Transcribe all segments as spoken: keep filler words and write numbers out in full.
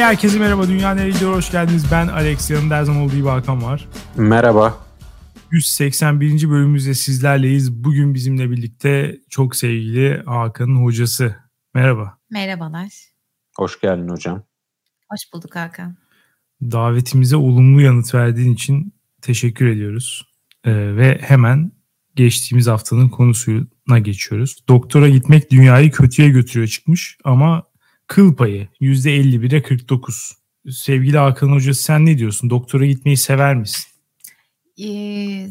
Herkese merhaba, Dünya Nereye Gidiyor, hoş geldiniz. Ben Alex, yanımda her zaman olduğu gibi Hakan var. Merhaba. yüz seksen birinci bölümümüzde sizlerleyiz. Bugün bizimle birlikte çok sevgili Hakan'ın hocası. Merhaba. Merhabalar. Hoş geldin hocam. Hoş bulduk Hakan. Davetimize olumlu yanıt verdiğin için teşekkür ediyoruz. Ee, ve hemen geçtiğimiz haftanın konusuna geçiyoruz. Doktora gitmek dünyayı kötüye götürüyor çıkmış ama kıl payı yüzde elli bire kırk dokuz. Sevgili Hakan Hoca, sen ne diyorsun? Doktora gitmeyi sever misin? Ee,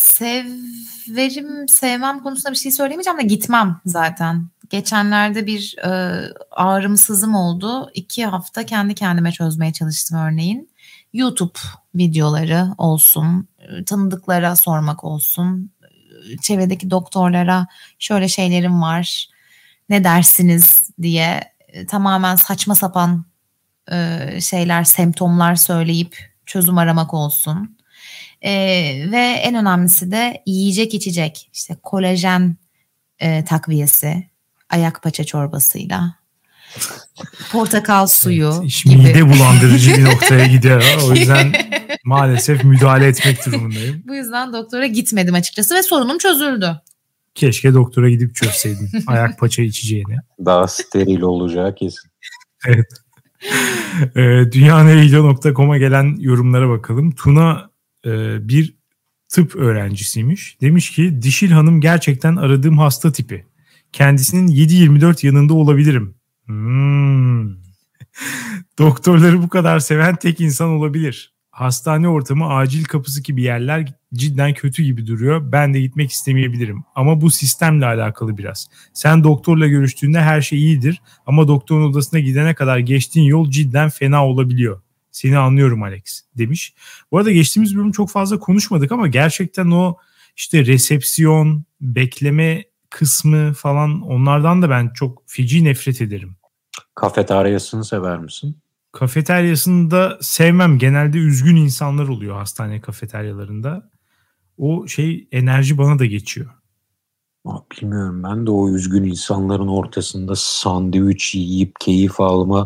severim, sevmem konusunda bir şey söyleyemeyeceğim de gitmem zaten. Geçenlerde bir e, ağrım sızım oldu. İki hafta kendi kendime çözmeye çalıştım örneğin. YouTube videoları olsun, tanıdıklara sormak olsun, çevredeki doktorlara şöyle şeylerim var, ne dersiniz diye e, tamamen saçma sapan e, şeyler, semptomlar söyleyip çözüm aramak olsun. E, ve en önemlisi de yiyecek içecek, işte kolajen e, takviyesi, ayak paça çorbasıyla, portakal suyu evet, iş gibi. Mide bulandırıcı bir noktaya gidiyor. O yüzden maalesef müdahale etmek durumundayım. Bu yüzden doktora gitmedim açıkçası ve sorunum çözüldü. Keşke doktora gidip çözseydin ayak paça içeceğini. Daha steril olacağı kesin. Evet. e, dünya nereye gidiyor nokta com'a gelen yorumlara bakalım. Tuna e, bir tıp öğrencisiymiş. Demiş ki dişil hanım gerçekten aradığım hasta tipi. Kendisinin yedi yirmi dört yanında olabilirim. Hmm. Doktorları bu kadar seven tek insan olabilir. Hastane ortamı, acil kapısı gibi yerler cidden kötü gibi duruyor. Ben de gitmek istemeyebilirim. Ama bu sistemle alakalı biraz. Sen doktorla görüştüğünde her şey iyidir. Ama doktorun odasına gidene kadar geçtiğin yol cidden fena olabiliyor. Seni anlıyorum Alex demiş. Bu arada geçtiğimiz bölüm çok fazla konuşmadık ama gerçekten o işte resepsiyon, bekleme kısmı falan, onlardan da ben çok feci nefret ederim. Kafeteryasını sever misin? Kafeteryasını da sevmem. Genelde üzgün insanlar oluyor hastane kafeteryalarında. O şey enerji bana da geçiyor. Bilmiyorum, ben de o üzgün insanların ortasında sandviç yiyip keyif alma,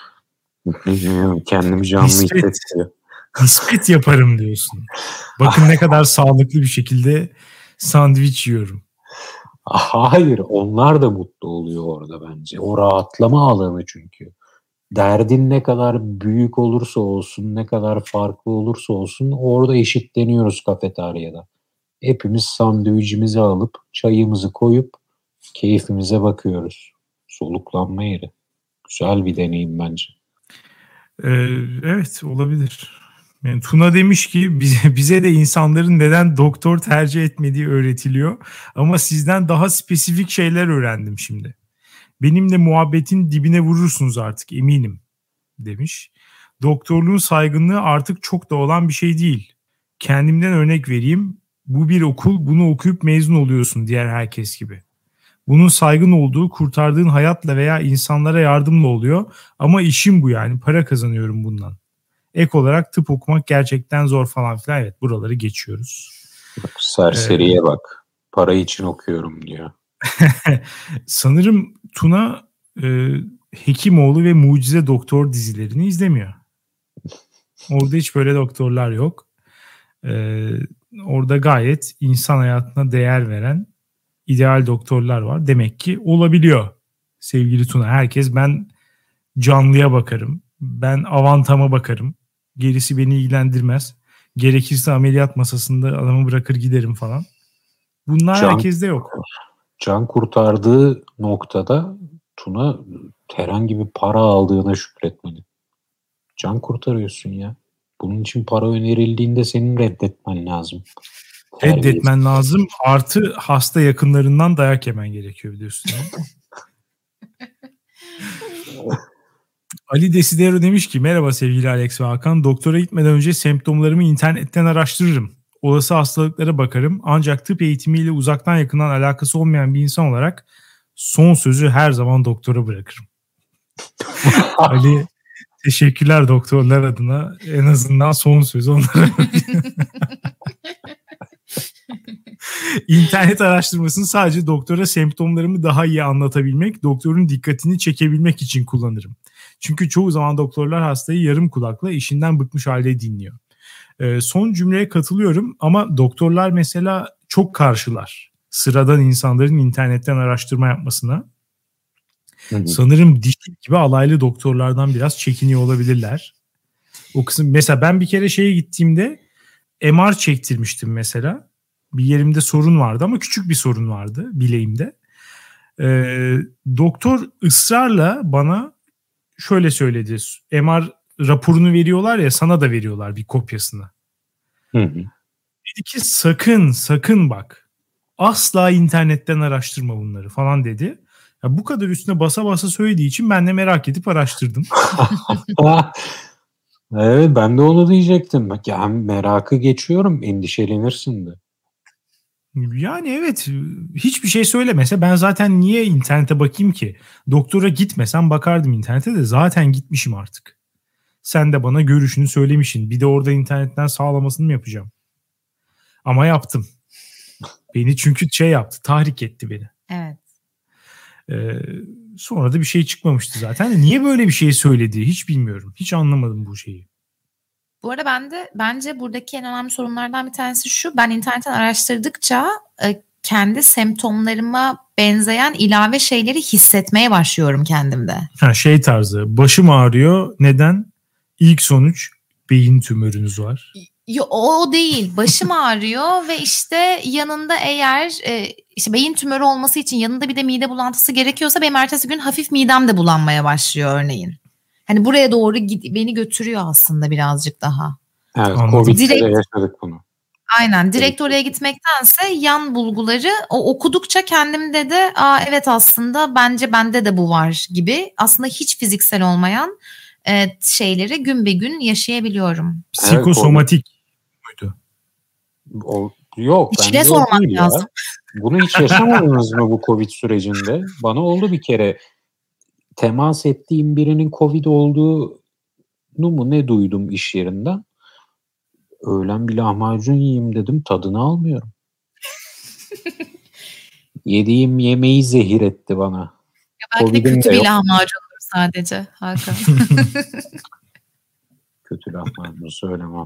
kendimi canlı hissediyor. Nispet yaparım diyorsun. Bakın ne kadar sağlıklı bir şekilde sandviç yiyorum. Hayır, onlar da mutlu oluyor orada bence. O rahatlama alanı çünkü. Derdin ne kadar büyük olursa olsun, ne kadar farklı olursa olsun orada eşitleniyoruz kafeteryada. Hepimiz sandviçimizi alıp, çayımızı koyup keyfimize bakıyoruz. Soluklanma yeri. Güzel bir deneyim bence. Ee, evet, olabilir. Yani Tuna demiş ki bize, bize de insanların neden doktor tercih etmediği öğretiliyor. Ama sizden daha spesifik şeyler öğrendim şimdi. Benimle muhabbetin dibine vurursunuz artık eminim demiş. Doktorluğun saygınlığı artık çok da olan bir şey değil. Kendimden örnek vereyim. Bu bir okul, bunu okuyup mezun oluyorsun diğer herkes gibi. Bunun saygın olduğu kurtardığın hayatla veya insanlara yardımla oluyor. Ama işim bu yani, para kazanıyorum bundan. Ek olarak tıp okumak gerçekten zor falan filan. Evet, buraları geçiyoruz. Bak, serseriye ee, bak. Para için okuyorum diyor. Sanırım Tuna e, Hekimoğlu ve Mucize Doktor dizilerini izlemiyor. Orada hiç böyle doktorlar yok. Ee, orada gayet insan hayatına değer veren ideal doktorlar var. Demek ki olabiliyor sevgili Tuna. Herkes ben canlıya bakarım, ben avantama bakarım, gerisi beni ilgilendirmez. Gerekirse ameliyat masasında adamı bırakır giderim falan. Bunlar can, herkeste yok. Can kurtardığı noktada Tuna herhangi bir para aldığına şükretmeli. Can kurtarıyorsun ya. Bunun için para önerildiğinde senin reddetmen lazım. Reddetmen lazım. Artı hasta yakınlarından dayak yemen gerekiyor biliyorsun. Ali Desidero demiş ki merhaba sevgili Alex ve Hakan. Doktora gitmeden önce semptomlarımı internetten araştırırım. Olası hastalıklara bakarım. Ancak tıp eğitimiyle uzaktan yakından alakası olmayan bir insan olarak son sözü her zaman doktora bırakırım. Ali, teşekkürler doktorlar adına. En azından son sözü onlara. İnternet araştırmasını sadece doktora semptomlarımı daha iyi anlatabilmek, doktorun dikkatini çekebilmek için kullanırım. Çünkü çoğu zaman doktorlar hastayı yarım kulakla işinden bıkmış halde dinliyor. Ee, son cümleye katılıyorum ama doktorlar mesela çok karşılar sıradan insanların internetten araştırma yapmasına. Hı hı. Sanırım dişil gibi alaylı doktorlardan biraz çekiniyor olabilirler. O kısım mesela ben bir kere şeye gittiğimde M R çektirmiştim mesela. Bir yerimde sorun vardı ama küçük bir sorun vardı bileğimde. Ee, doktor ısrarla bana şöyle söyledi. M R raporunu veriyorlar ya, sana da veriyorlar bir kopyasını. Hı hı. Dedi ki sakın sakın bak. Asla internetten araştırma bunları falan dedi. Ya bu kadar üstüne basa basa söylediği için ben de merak edip araştırdım. Evet, ben de onu diyecektim. Bak ya, merakı geçiyorum, endişelenirsin de. Yani evet, hiçbir şey söylemese ben zaten niye internete bakayım ki? Doktora gitmesem bakardım internete de, zaten gitmişim artık. Sen de bana görüşünü söylemişsin. Bir de orada internetten sağlamasını mı yapacağım? Ama yaptım. Beni çünkü şey yaptı, tahrik etti beni. Evet. Ee, sonra da bir şey çıkmamıştı zaten. Niye böyle bir şey söyledi hiç bilmiyorum. Hiç anlamadım bu şeyi. Bu arada ben de bence buradaki en önemli sorunlardan bir tanesi şu. Ben internetten araştırdıkça e, kendi semptomlarıma benzeyen ilave şeyleri hissetmeye başlıyorum kendimde. Ha, şey tarzı, başım ağrıyor. Neden? İlk sonuç beyin tümörünüz var. Yo, o değil. Başım ağrıyor ve işte yanında eğer e, işte beyin tümörü olması için yanında bir de mide bulantısı gerekiyorsa benim ertesi gün hafif midem de bulanmaya başlıyor örneğin. Hani buraya doğru gid- beni götürüyor aslında birazcık daha. Evet, Covid'de de yaşadık bunu. Aynen, direkt oraya gitmektense yan bulguları o okudukça kendimde de aa evet aslında bence bende de bu var gibi aslında hiç fiziksel olmayan e, şeyleri gün be gün yaşayabiliyorum. Psikosomatik evet, muydu? O, yok. İçine sormak lazım. Ya. Bunu hiç yaşamadınız mı bu Covid sürecinde? Bana oldu bir kere. Temas ettiğim birinin Covid olduğunu mu ne duydum iş yerinden. Öğlen bir lahmacun yiyeyim dedim, tadını almıyorum. Yediğim yemeği zehir etti bana. Ya belki de kötü bir lahmacundur sadece Hakan. Kötü lahmacun söylemem.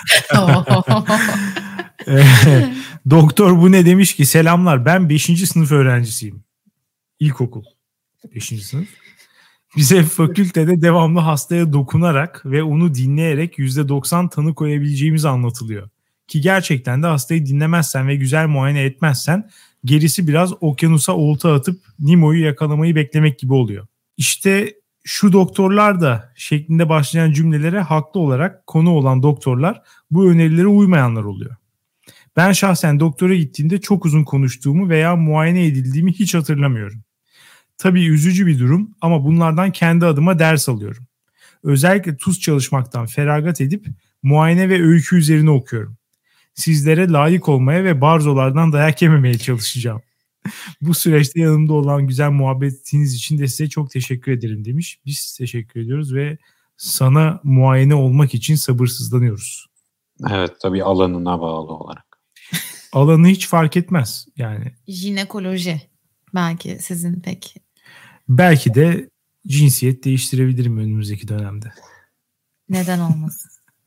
Doktor bu ne demiş ki, selamlar, ben beşinci sınıf öğrencisiyim. İlkokul beşinci sınıf. Bize fakültede devamlı hastaya dokunarak ve onu dinleyerek yüzde doksan tanı koyabileceğimiz anlatılıyor. Ki gerçekten de hastayı dinlemezsen ve güzel muayene etmezsen gerisi biraz okyanusa olta atıp Nemo'yu yakalamayı beklemek gibi oluyor. İşte şu doktorlar da şeklinde başlayan cümlelere haklı olarak konu olan doktorlar bu önerilere uymayanlar oluyor. Ben şahsen doktora gittiğimde çok uzun konuştuğumu veya muayene edildiğimi hiç hatırlamıyorum. Tabii üzücü bir durum ama bunlardan kendi adıma ders alıyorum. Özellikle tuz çalışmaktan feragat edip muayene ve öykü üzerine okuyorum. Sizlere layık olmaya ve barzolardan dayak yememeye çalışacağım. Bu süreçte yanımda olan güzel muhabbetiniz için de size çok teşekkür ederim demiş. Biz teşekkür ediyoruz ve sana muayene olmak için sabırsızlanıyoruz. Evet, tabii alanına bağlı olarak. Alanı hiç fark etmez yani. Jinekoloji belki sizin pek. Belki de cinsiyet değiştirebilirim önümüzdeki dönemde. Neden olmasın?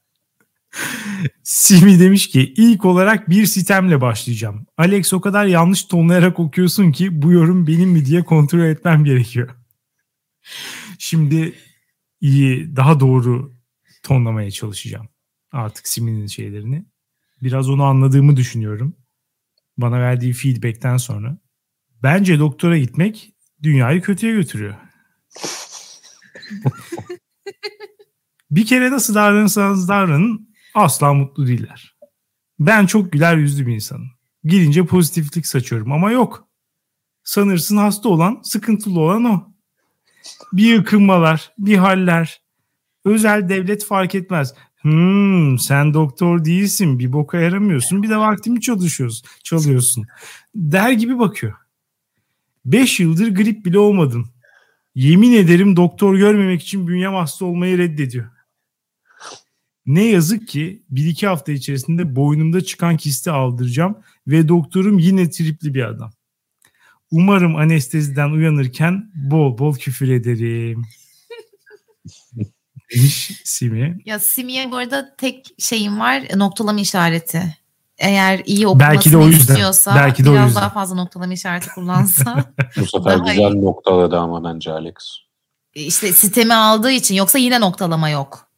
Simi demiş ki ilk olarak bir sitemle başlayacağım. Alex, o kadar yanlış tonlayarak okuyorsun ki bu yorum benim mi diye kontrol etmem gerekiyor. Şimdi iyi, daha doğru tonlamaya çalışacağım artık Simi'nin şeylerini. Biraz onu anladığımı düşünüyorum. Bana verdiği feedback'ten sonra. Bence doktora gitmek dünyayı kötüye götürüyor. Bir kere nasıl davranırsanız davranın asla mutlu değiller. Ben çok güler yüzlü bir insanım. Girince pozitiflik saçıyorum ama yok. Sanırsın hasta olan, sıkıntılı olan o. Bir yıkınmalar, bir haller. Özel devlet fark etmez. Hmm, sen doktor değilsin, bir boka yaramıyorsun, bir de vaktimi çalışıyorsun, çalıyorsun der gibi bakıyor. Beş yıldır grip bile olmadım. Yemin ederim doktor görmemek için bünyem hasta olmayı reddediyor. Ne yazık ki bir iki hafta içerisinde boynumda çıkan kisti aldıracağım ve doktorum yine tripli bir adam. Umarım anesteziden uyanırken bol bol küfür ederim. Demiş Simi. Ya Simi'ye bu arada tek şeyim var, noktalama işareti. Eğer iyi Belki de o okumasını yüzden. istiyorsa Belki de o biraz yüzden. daha fazla noktalama işareti kullansa. Bu sefer Daha güzel iyi. noktaladı ama bence Alex. İşte sistemi aldığı için, yoksa yine noktalama yok.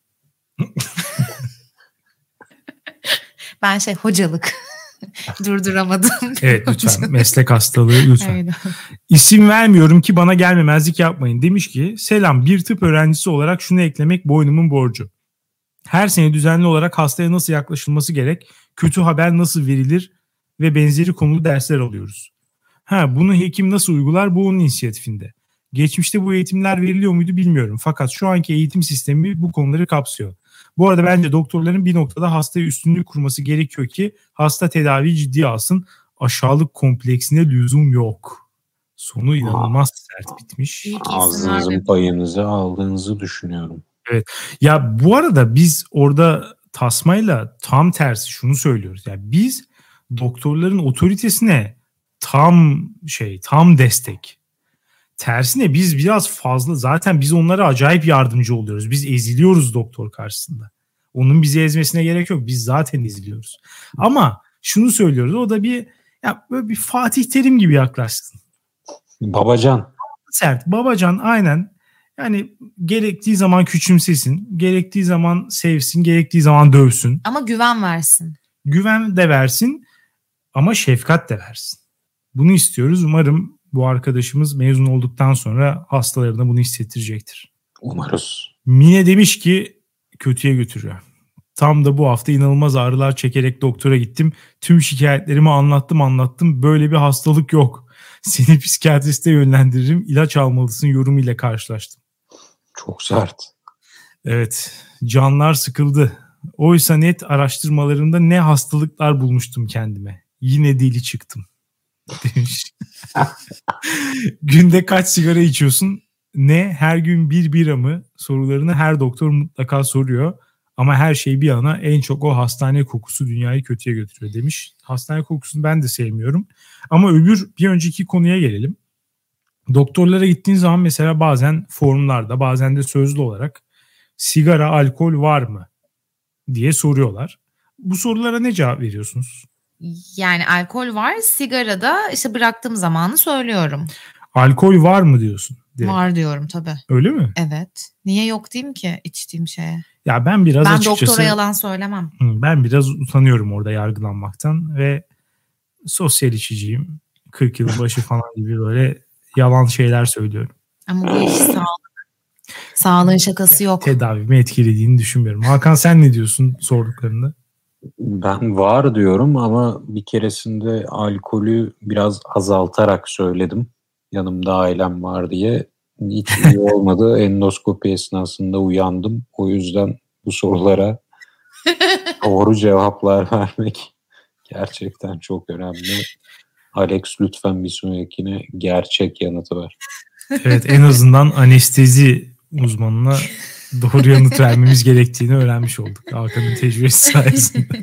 Ben şey hocalık durduramadım. Evet lütfen meslek hastalığı lütfen. Aynen. İsim vermiyorum ki bana gelmemezlik yapmayın. Demiş ki selam, bir tıp öğrencisi olarak şunu eklemek boynumun borcu. Her sene düzenli olarak hastaya nasıl yaklaşılması gerek, kötü haber nasıl verilir ve benzeri konulu dersler alıyoruz. Ha, bunu hekim nasıl uygular, bu onun inisiyatifinde. Geçmişte bu eğitimler veriliyor muydu bilmiyorum. Fakat şu anki eğitim sistemi bu konuları kapsıyor. Bu arada bence doktorların bir noktada hastaya üstünlük kurması gerekiyor ki hasta tedaviyi ciddiye alsın. Aşağılık kompleksine lüzum yok. Sonu inanılmaz sert bitmiş. İyi ki isim Ağzınızın vermedim. payınızı aldığınızı düşünüyorum. Ya bu arada biz orada tasmayla tam tersi şunu söylüyoruz. Yani biz doktorların otoritesine tam şey, tam destek. Tersine biz biraz fazla, zaten biz onlara acayip yardımcı oluyoruz. Biz eziliyoruz doktor karşısında. Onun bizi ezmesine gerek yok. Biz zaten eziliyoruz. Ama şunu söylüyoruz. O da bir ya böyle bir Fatih Terim gibi yaklaşsın. Babacan. Sert. Babacan aynen. Yani gerektiği zaman küçümsesin. Gerektiği zaman sevsin. Gerektiği zaman dövsün. Ama güven versin. Güven de versin. Ama şefkat de versin. Bunu istiyoruz. Umarım bu arkadaşımız mezun olduktan sonra hastalarına bunu hissettirecektir. Umarız. Mine demiş ki kötüye götürüyor. Tam da bu hafta inanılmaz ağrılar çekerek doktora gittim. Tüm şikayetlerimi anlattım anlattım. Böyle bir hastalık yok. Seni psikiyatriste yönlendiririm. İlaç almalısın yorumuyla karşılaştım. Çok sert. Evet. Canlar sıkıldı. Oysa net araştırmalarımda ne hastalıklar bulmuştum kendime. Yine deli çıktım. Demiş. Günde kaç sigara içiyorsun? Ne? Her gün bir bira mı? Sorularını her doktor mutlaka soruyor. Ama her şey bir yana en çok o hastane kokusu dünyayı kötüye götürüyor demiş. Hastane kokusunu ben de sevmiyorum. Ama öbür bir önceki konuya gelelim. Doktorlara gittiğin zaman mesela bazen forumlarda bazen de sözlü olarak sigara, alkol var mı diye soruyorlar. Bu sorulara ne cevap veriyorsunuz? Yani alkol var, sigarada işte bıraktığım zamanı söylüyorum. Alkol var mı diyorsun? Direkt. Var diyorum tabii. Öyle mi? Evet. Niye yok diyeyim ki içtiğim şeye? Ya ben biraz ben açıkçası... doktora yalan söylemem. Ben biraz utanıyorum orada yargılanmaktan ve sosyal içiciyim. kırk yılın başı falan gibi böyle yalan şeyler söylüyorum. Ama bu iş sağlık. Sağlığın şakası yok. Tedavimi etkilediğini düşünmüyorum. Hakan sen ne diyorsun sorduklarında? Ben var diyorum ama bir keresinde alkolü biraz azaltarak söyledim. Yanımda ailem var diye. Hiç iyi olmadı. Endoskopi esnasında uyandım. O yüzden bu sorulara doğru cevaplar vermek gerçekten çok önemli. Alex lütfen bir sonrakine gerçek yanıtı ver. Evet, en azından anestezi uzmanına doğru yanıt vermemiz gerektiğini öğrenmiş olduk. Hakan'ın tecrübesi sayesinde.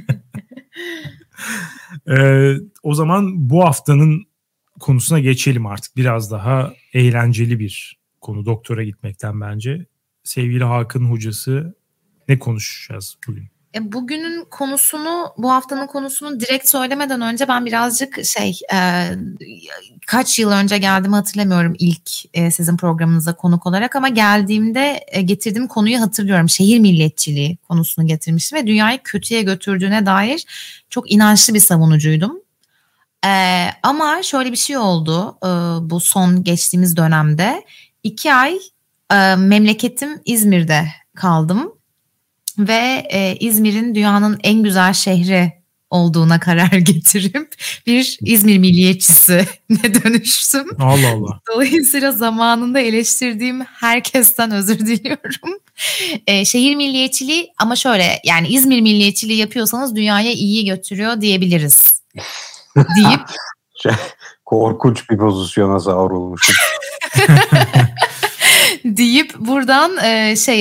ee, o zaman bu haftanın konusuna geçelim artık. Biraz daha eğlenceli bir konu doktora gitmekten bence. Sevgili Hakan hocası, ne konuşacağız bugün? E, bugünün konusunu, bu haftanın konusunu direkt söylemeden önce ben birazcık şey, e, kaç yıl önce geldiğimi hatırlamıyorum ilk e, sizin programınıza konuk olarak, ama geldiğimde e, getirdiğim konuyu hatırlıyorum. Şehir milliyetçiliği konusunu getirmiştim ve dünyayı kötüye götürdüğüne dair çok inançlı bir savunucuydum. E, ama şöyle bir şey oldu e, bu son geçtiğimiz dönemde. iki ay e, memleketim İzmir'de kaldım. Ve e, İzmir'in dünyanın en güzel şehri olduğuna karar getirip bir İzmir milliyetçisine dönüştüm. Allah Allah. Dolayısıyla zamanında eleştirdiğim herkesten özür diliyorum. E, şehir milliyetçiliği, ama şöyle, yani İzmir milliyetçiliği yapıyorsanız dünyaya iyi götürüyor diyebiliriz. Deyip korkunç bir pozisyona savrulmuşum. deyip buradan e, şeye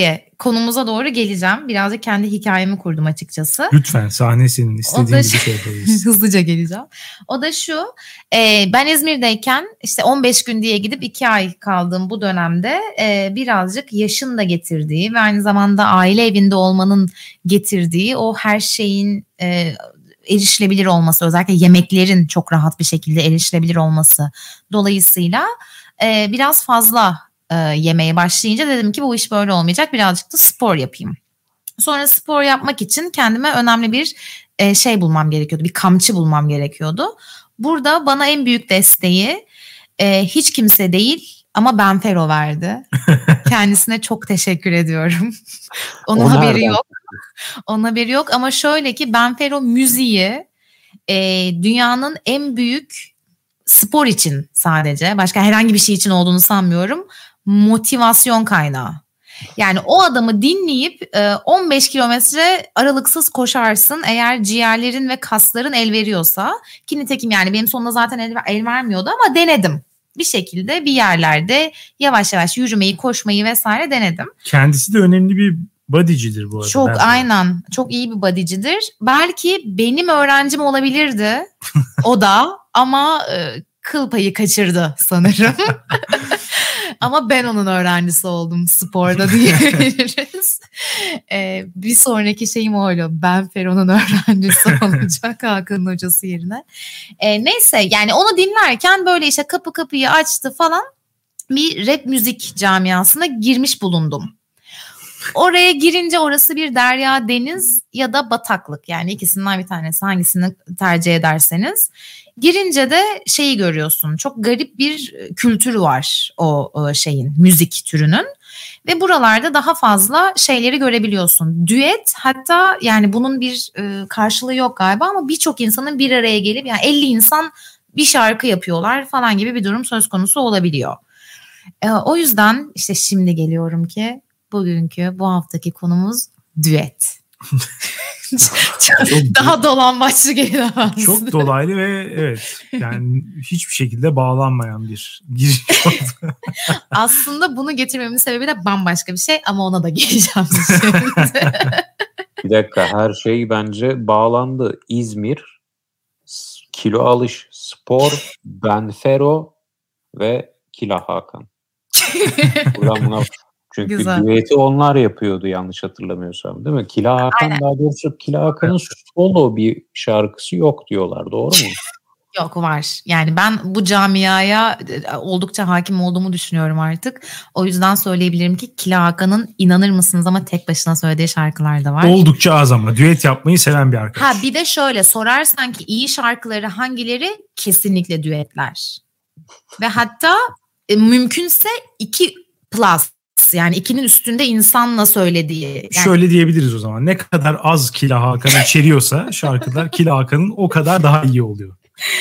konumuza doğru geleceğim. Birazcık kendi hikayemi kurdum açıkçası. Lütfen, sahne senin, istediğin gibi şey yapabiliriz. Hızlıca geleceğim. O da şu, e, ben İzmir'deyken işte on beş gün diye gidip iki ay kaldığım bu dönemde e, birazcık yaşın da getirdiği ve aynı zamanda aile evinde olmanın getirdiği o her şeyin e, erişilebilir olması, özellikle yemeklerin çok rahat bir şekilde erişilebilir olması dolayısıyla e, biraz fazla e, yemeye başlayınca dedim ki bu iş böyle olmayacak, birazcık da spor yapayım. Sonra spor yapmak için kendime önemli bir e, şey bulmam gerekiyordu, bir kamçı bulmam gerekiyordu. Burada bana en büyük desteği e, hiç kimse değil ama Benfero verdi. Kendisine çok teşekkür ediyorum. Onun O haberi nereden? yok. Onun haberi yok ama şöyle ki Benfero müziği e, dünyanın en büyük spor için, sadece başka herhangi bir şey için olduğunu sanmıyorum, motivasyon kaynağı. Yani o adamı dinleyip on beş kilometre aralıksız koşarsın eğer ciğerlerin ve kasların el veriyorsa, ki nitekim yani benim sonunda zaten el, el vermiyordu ama denedim. Bir şekilde bir yerlerde yavaş yavaş yürümeyi, koşmayı vesaire denedim. Kendisi de önemli bir bodycidir bu arada. Çok ben aynen çok iyi bir bodycidir. Belki benim öğrencim olabilirdi o da ama e, kıl payı kaçırdı sanırım. Ama ben onun öğrencisi oldum sporda diyebiliriz. Ee, bir sonraki şeyim oydu. Ben Fero'nun öğrencisi olacak Hakan'ın hocası yerine. Ee, neyse yani onu dinlerken böyle işte kapı kapıyı açtı falan, bir rap müzik camiasına girmiş bulundum. Oraya girince orası bir derya deniz ya da bataklık, yani ikisinden bir tanesi, hangisini tercih ederseniz. Girince de şeyi görüyorsun, çok garip bir kültürü var o, o şeyin, müzik türünün ve buralarda daha fazla şeyleri görebiliyorsun. Düet, hatta yani bunun bir e, karşılığı yok galiba ama birçok insanın bir araya gelip yani elli insan bir şarkı yapıyorlar falan gibi bir durum söz konusu olabiliyor. E, o yüzden işte şimdi geliyorum ki bugünkü, bu haftaki konumuz düet. çok, daha dolambaçlı gelemez. Çok dolaylı ve evet yani hiçbir şekilde bağlanmayan bir giriş oldu. Aslında bunu getirmemin sebebi de bambaşka bir şey ama ona da geleceğim şimdi. Bir dakika, her şey bence bağlandı. İzmir, kilo alış, spor, Benfero ve Kila Hakan. Buradan buna, çünkü Güzel. düeti onlar yapıyordu yanlış hatırlamıyorsam, değil mi? Kila Hakan, Aynen. daha doğrusu Kila Hakan'ın solo bir şarkısı yok diyorlar, doğru mu? Yok, var. Yani ben bu camiaya oldukça hakim olduğumu düşünüyorum artık. O yüzden söyleyebilirim ki Kila Hakan'ın, inanır mısınız ama, tek başına söylediği şarkılar da var. Oldukça az ama düet yapmayı seven bir arkadaş. Ha bir de şöyle sorarsan ki iyi şarkıları hangileri? Kesinlikle düetler. Ve hatta e, mümkünse iki plus, yani ikinin üstünde insanla söylediği. Yani... Şöyle diyebiliriz o zaman. Ne kadar az Kila Hakan içeriyorsa şarkılar, Kila Hakan'ın o kadar daha iyi oluyor.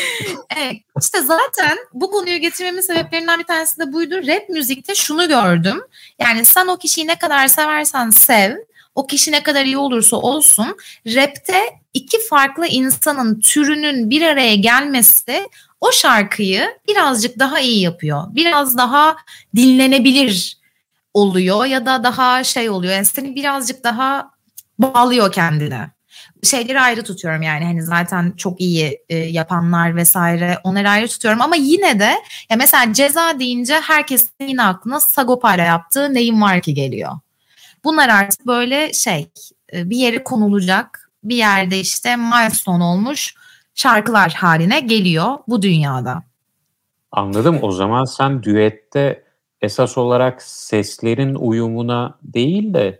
Evet, işte zaten bu konuyu getirmemin sebeplerinden bir tanesi de buydu. Rap müzikte şunu gördüm. Yani sen o kişiyi ne kadar seversen sev, o kişi ne kadar iyi olursa olsun, rapte iki farklı insanın türünün bir araya gelmesi o şarkıyı birazcık daha iyi yapıyor. Biraz daha dinlenebilir oluyor ya da daha şey oluyor. Yani seni birazcık daha bağlıyor kendine. Şeyleri ayrı tutuyorum yani, hani zaten çok iyi e, yapanlar vesaire, onları ayrı tutuyorum ama yine de ya mesela Ceza deyince herkesin yine aklına Sagopa'yla yaptığı Neyim Var Ki geliyor. Bunlar artık böyle şey e, bir yere konulacak, bir yerde işte milestone olmuş şarkılar haline geliyor bu dünyada. Anladım. O zaman sen düette esas olarak seslerin uyumuna değil de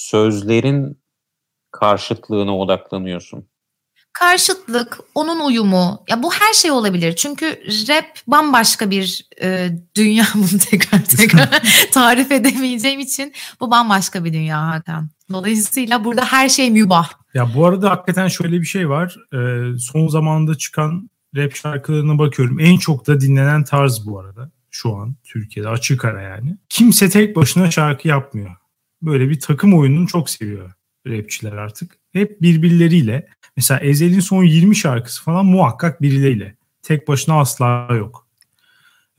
sözlerin karşıtlığına odaklanıyorsun. Karşıtlık, onun uyumu, ya bu her şey olabilir. Çünkü rap bambaşka bir e, dünya, bunu tekrar tekrar tarif edemeyeceğim için bu bambaşka bir dünya Hakan. Dolayısıyla burada her şey mübah. Ya bu arada hakikaten şöyle bir şey var. Ee, son zamanda çıkan rap şarkılarına bakıyorum. En çok da dinlenen tarz bu arada. Şu an Türkiye'de açık ara yani. Kimse tek başına şarkı yapmıyor. Böyle bir takım oyununu çok seviyor rapçiler artık. Hep birbirleriyle. Mesela Ezhel'in son yirmi şarkısı falan muhakkak birileriyle. Tek başına asla yok.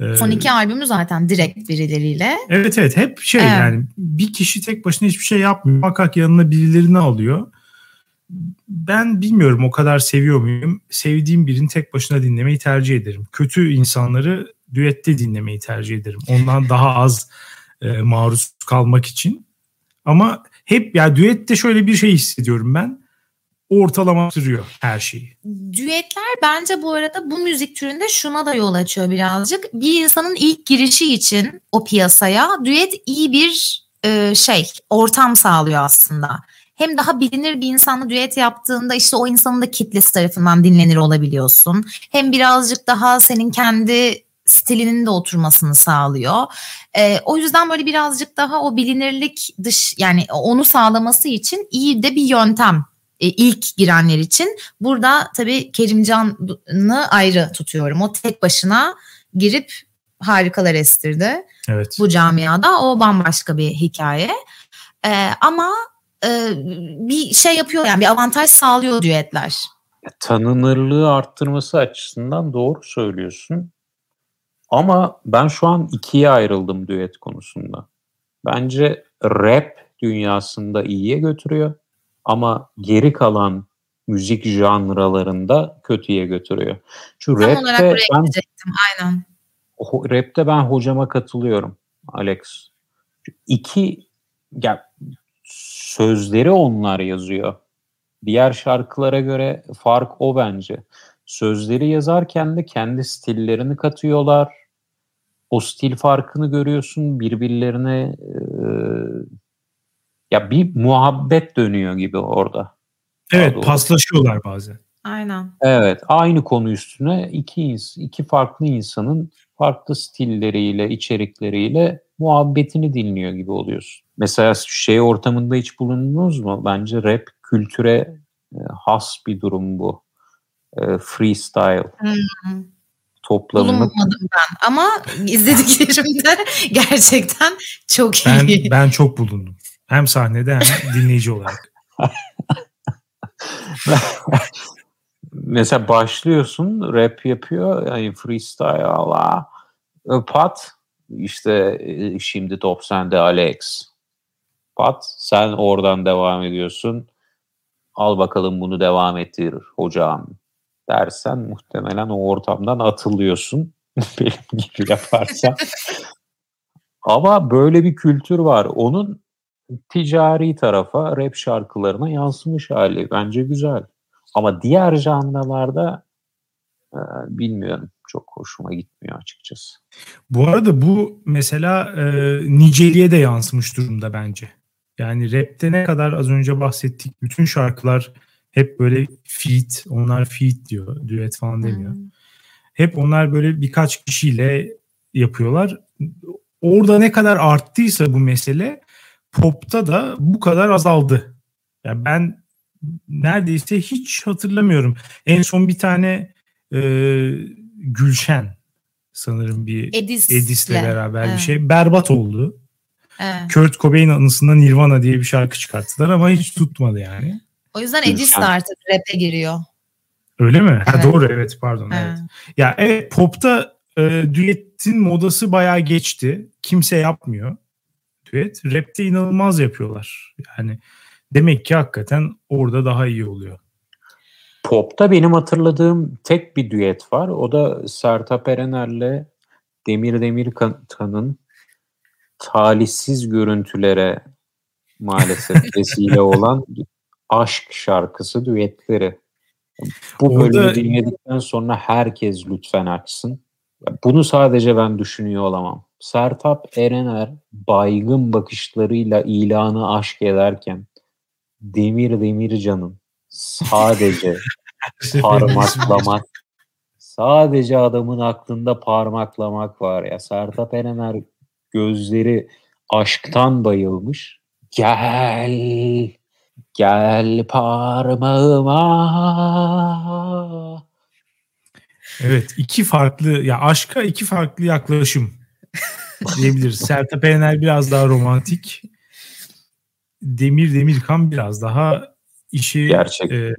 Son iki albümü zaten direkt birileriyle. Evet evet hep şey evet. Yani bir kişi tek başına hiçbir şey yapmıyor. Muhakkak yanına birilerini alıyor. Ben bilmiyorum o kadar seviyor muyum? Sevdiğim birini tek başına dinlemeyi tercih ederim. Kötü insanları düette dinlemeyi tercih ederim. Ondan daha az e, maruz kalmak için. Ama hep ya düette şöyle bir şey hissediyorum ben. Ortalamasırıyor her şeyi. Düetler bence bu arada bu müzik türünde şuna da yol açıyor birazcık. Bir insanın ilk girişi için o piyasaya düet iyi bir e, şey, ortam sağlıyor aslında. Hem daha bilinir bir insanla düet yaptığında işte o insanın da kitlesi tarafından dinlenir olabiliyorsun. Hem birazcık daha senin kendi stilinin de oturmasını sağlıyor. E, o yüzden böyle birazcık daha o bilinirlik dış yani onu sağlaması için iyi de bir yöntem. İlk girenler için. Burada tabii Kerimcan'ı ayrı tutuyorum. O tek başına girip harikalar estirdi. Evet. Bu camiada. O bambaşka bir hikaye. Ee, ama e, bir şey yapıyor yani bir avantaj sağlıyor düetler. Tanınırlığı arttırması açısından doğru söylüyorsun. Ama ben şu an ikiye ayrıldım düet konusunda. Bence rap dünyasında iyiye götürüyor. Ama geri kalan müzik janralarında kötüye götürüyor. Şu Tam rapte olarak buraya ben, gidecektim. Aynen. Ho, rapte ben hocama katılıyorum Alex. İki ya, sözleri onlar yazıyor. Diğer şarkılara göre fark o bence. Sözleri yazarken de kendi stillerini katıyorlar. O stil farkını görüyorsun. Birbirlerine e, ya bir muhabbet dönüyor gibi orada. Evet, paslaşıyorlar bazen. Aynen. Evet, aynı konu üstüne iki iki farklı insanın farklı stilleriyle, içerikleriyle muhabbetini dinliyor gibi oluyorsun. Mesela şey ortamında hiç bulundunuz mu? Bence rap kültüre e, has bir durum bu. E, freestyle. Hmm. Toplamını... Bulunmadım ben ama izlediklerimde gerçekten çok ben, iyi. Ben çok bulundum. Hem sahnede hem dinleyici olarak. Mesela başlıyorsun, rap yapıyor, yani freestyle Allah, pat, işte şimdi top sende Alex, pat, sen oradan devam ediyorsun, al bakalım bunu devam ettir hocam dersen muhtemelen o ortamdan atılıyorsun benim gibi yaparsan. Ama böyle bir kültür var, onun ticari tarafa, rap şarkılarına yansımış hali bence güzel. Ama diğer janralarda e, bilmiyorum. Çok hoşuma gitmiyor açıkçası. Bu arada bu mesela e, niceliğe de yansımış durumda bence. Yani rapte ne kadar az önce bahsettik. Bütün şarkılar hep böyle feat. Onlar feat diyor. Düet falan demiyor. Hmm. Hep onlar böyle birkaç kişiyle yapıyorlar. Orada ne kadar arttıysa bu mesele popta da bu kadar azaldı. Yani ben neredeyse hiç hatırlamıyorum. En son bir tane e, Gülşen sanırım bir Edis'le, Edis'le beraber evet. bir şey. Berbat oldu. Evet. Kurt Cobain anısından Nirvana diye bir şarkı çıkarttılar ama hiç tutmadı yani. O yüzden Edis de artık rap'e giriyor. Öyle mi? Evet. Ha, doğru evet pardon. Evet. Evet. Ya evet popta e, düetin modası bayağı geçti. Kimse yapmıyor düet. Rap'te inanılmaz yapıyorlar. Yani demek ki hakikaten orada daha iyi oluyor. Pop'ta benim hatırladığım tek bir düet var. O da Sertab Erener'le Demir Demirkan'ın talihsiz görüntülere maalesef vesile olan aşk şarkısı düetleri. Bu Orada... bölümü dinledikten sonra herkes lütfen açsın. Bunu sadece ben düşünüyor olamam. Sertab Erener baygın bakışlarıyla ilanı aşk ederken Demir Demircan'ın sadece parmaklamak, sadece adamın aklında parmaklamak var ya. Sertab Erener gözleri aşktan bayılmış. Gel, gel parmağıma. Evet, iki farklı ya aşka iki farklı yaklaşım diyebiliriz. Sertab Erener biraz daha romantik. Demir Demirkan biraz daha işi gerçek. E,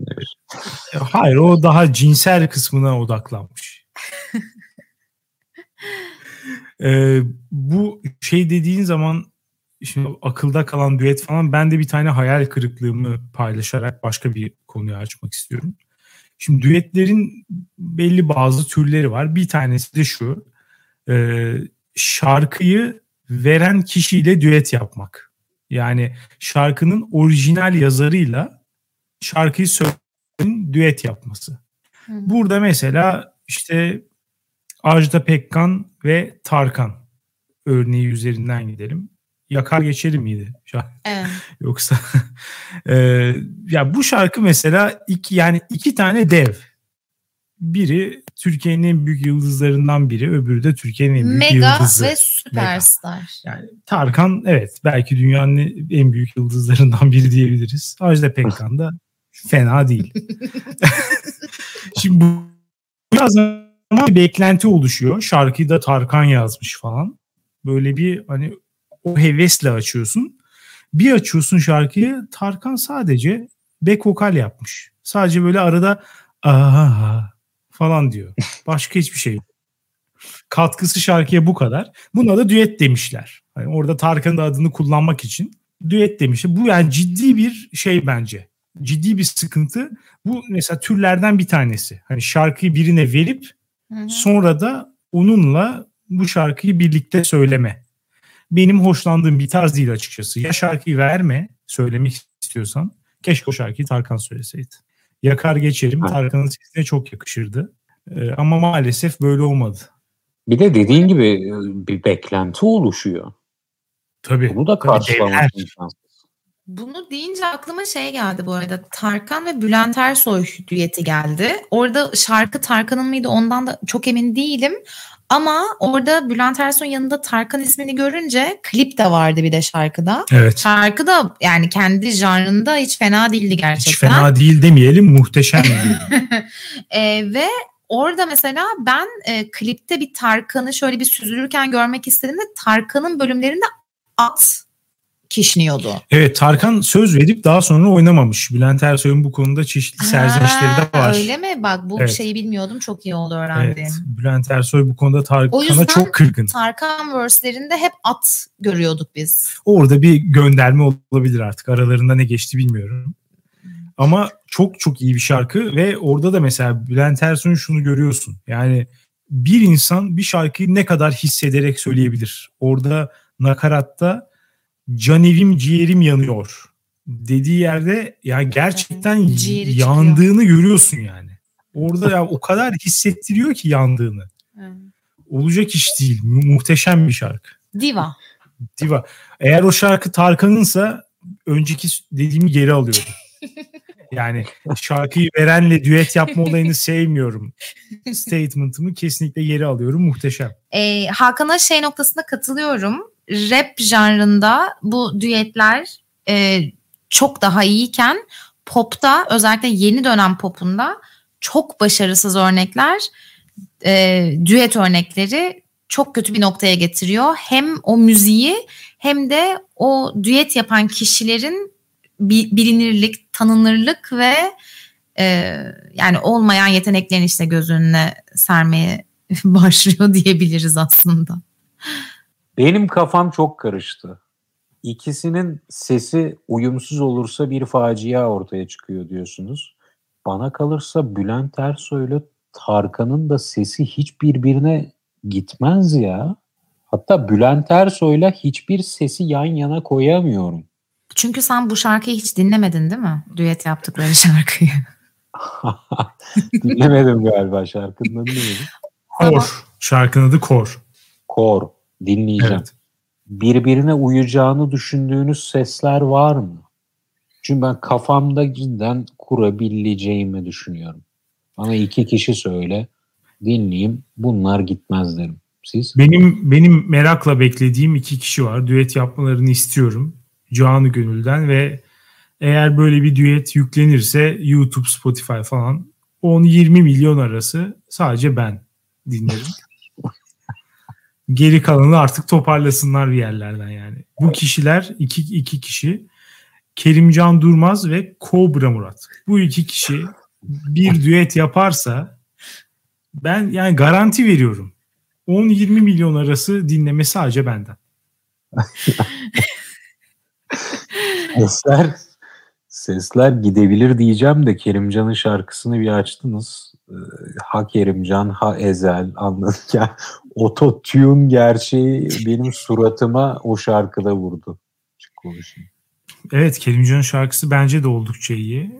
hayır o daha cinsel kısmına odaklanmış. Ee, bu şey dediğin zaman şimdi akılda kalan düet falan, ben de bir tane hayal kırıklığımı paylaşarak başka bir konuyu açmak istiyorum. Şimdi düetlerin belli bazı türleri var. Bir tanesi de şu. E, şarkıyı veren kişiyle düet yapmak. Yani şarkının orijinal yazarıyla şarkıyı söyleyen düet yapması. Hı. Burada mesela işte Ajda Pekkan ve Tarkan örneği üzerinden gidelim. Yakar geçelim miydi? Evet. Yoksa e, ya bu şarkı mesela iki, yani iki tane dev. Biri Türkiye'nin en büyük yıldızlarından biri, öbürü de Türkiye'nin en büyük Mega yıldızı. Mega ve süperstar. Mega. Yani Tarkan evet belki dünyanın en büyük yıldızlarından biri diyebiliriz. Ajda Pekkan da fena değil. Şimdi bu biraz ama bir beklenti oluşuyor. Şarkıyı da Tarkan yazmış falan. Böyle bir hani o hevesle açıyorsun. Bir açıyorsun şarkıyı, Tarkan sadece back vokal yapmış. Sadece böyle arada aha falan diyor. Başka hiçbir şey yok. Katkısı şarkıya bu kadar. Buna da düet demişler. Yani orada Tarkan'ın da adını kullanmak için düet demişler. Bu yani ciddi bir şey bence. Ciddi bir sıkıntı. Bu mesela türlerden bir tanesi. Hani şarkıyı birine verip hı hı. sonra da onunla bu şarkıyı birlikte söyleme. Benim hoşlandığım bir tarz değil açıkçası. Ya şarkıyı verme, söylemek istiyorsan. Keşke o şarkıyı Tarkan söyleseydi. Yakar geçerim. Tarkan'ın sesine çok yakışırdı. Ee, ama maalesef böyle olmadı. Bir de dediğin gibi bir beklenti oluşuyor. Tabii. Bunu da karşılamak imkansız. Bunu deyince aklıma şey geldi bu arada. Tarkan ve Bülent Ersoy düeti geldi. Orada şarkı Tarkan'ın mıydı ondan da çok emin değilim. Ama orada Bülent Ersoy'un yanında Tarkan ismini görünce klip de vardı bir de şarkıda. Evet. Şarkı da yani kendi janrında hiç fena değildi gerçekten. Hiç fena değil demeyelim, muhteşem değil. e, ve orada mesela ben e, klipte bir Tarkan'ı şöyle bir süzülürken görmek istediğimde Tarkan'ın bölümlerinde at kişniyordu. Evet, Tarkan söz verip daha sonra oynamamış. Bülent Ersoy'un bu konuda çeşitli serzenişleri de var. Öyle mi? Bak bu evet. şeyi bilmiyordum. Çok iyi oldu öğrendim. Evet, Bülent Ersoy bu konuda Tarkan'a çok kırgın. Tarkan verse'lerinde hep at görüyorduk biz. Orada bir gönderme olabilir artık. Aralarında ne geçti bilmiyorum. Ama çok çok iyi bir şarkı ve orada da mesela Bülent Ersoy'un şunu görüyorsun. Yani bir insan bir şarkıyı ne kadar hissederek söyleyebilir. Orada nakaratta can evim ciğerim yanıyor dediği yerde yani gerçekten Ciğeri yandığını çıkıyor. Görüyorsun yani. Orada ya o kadar hissettiriyor ki yandığını. Olacak iş değil. Mu- muhteşem bir şarkı. Diva. Diva. Eğer o şarkı Tarkan'ınsa önceki dediğimi geri alıyorum. Yani şarkıyı verenle düet yapma olayını sevmiyorum. Statement'ımı kesinlikle geri alıyorum. Muhteşem. Ee, Hakan'a şey noktasında katılıyorum. Rap janrında bu düetler e, çok daha iyiyken popta özellikle yeni dönem popunda çok başarısız örnekler, e, düet örnekleri çok kötü bir noktaya getiriyor. Hem o müziği hem de o düet yapan kişilerin bilinirlik, tanınırlık ve e, yani olmayan yeteneklerini işte göz önüne sermeye başlıyor diyebiliriz aslında. Benim kafam çok karıştı. İkisinin sesi uyumsuz olursa bir facia ortaya çıkıyor diyorsunuz. Bana kalırsa Bülent Ersoy ile Tarkan'ın da sesi hiç birbirine gitmez ya. Hatta Bülent Ersoy'la hiçbir sesi yan yana koyamıyorum. Çünkü sen bu şarkıyı hiç dinlemedin değil mi? Düet yaptıkları şarkıyı. Dinlemedim galiba, şarkının adı neydi? Kor. Şarkının adı Kor. Kor. Dinleyeceğim. Evet. Birbirine uyacağını düşündüğünüz sesler var mı? Çünkü ben kafamda cidden kurabileceğimi düşünüyorum. Bana iki kişi söyle, dinleyeyim, bunlar gitmez derim. Siz? Benim benim merakla beklediğim iki kişi var. Düet yapmalarını istiyorum. Canı gönülden ve eğer böyle bir düet yüklenirse YouTube, Spotify falan on yirmi milyon arası sadece ben dinlerim. Geri kalanı artık toparlasınlar bir yerlerden yani. Bu kişiler iki, iki kişi Kerimcan Durmaz ve Kobra Murat. Bu iki kişi bir düet yaparsa ben yani garanti veriyorum. on yirmi milyon arası dinleme sadece benden. Sesler, sesler gidebilir diyeceğim de Kerimcan'ın şarkısını bir açtınız. Ee, ha Kerimcan, ha Ezel anlatırken ototune gerçeği benim suratıma o şarkıda vurdu. Çık konuşayım. Evet, Kerimcan'ın şarkısı bence de oldukça iyi.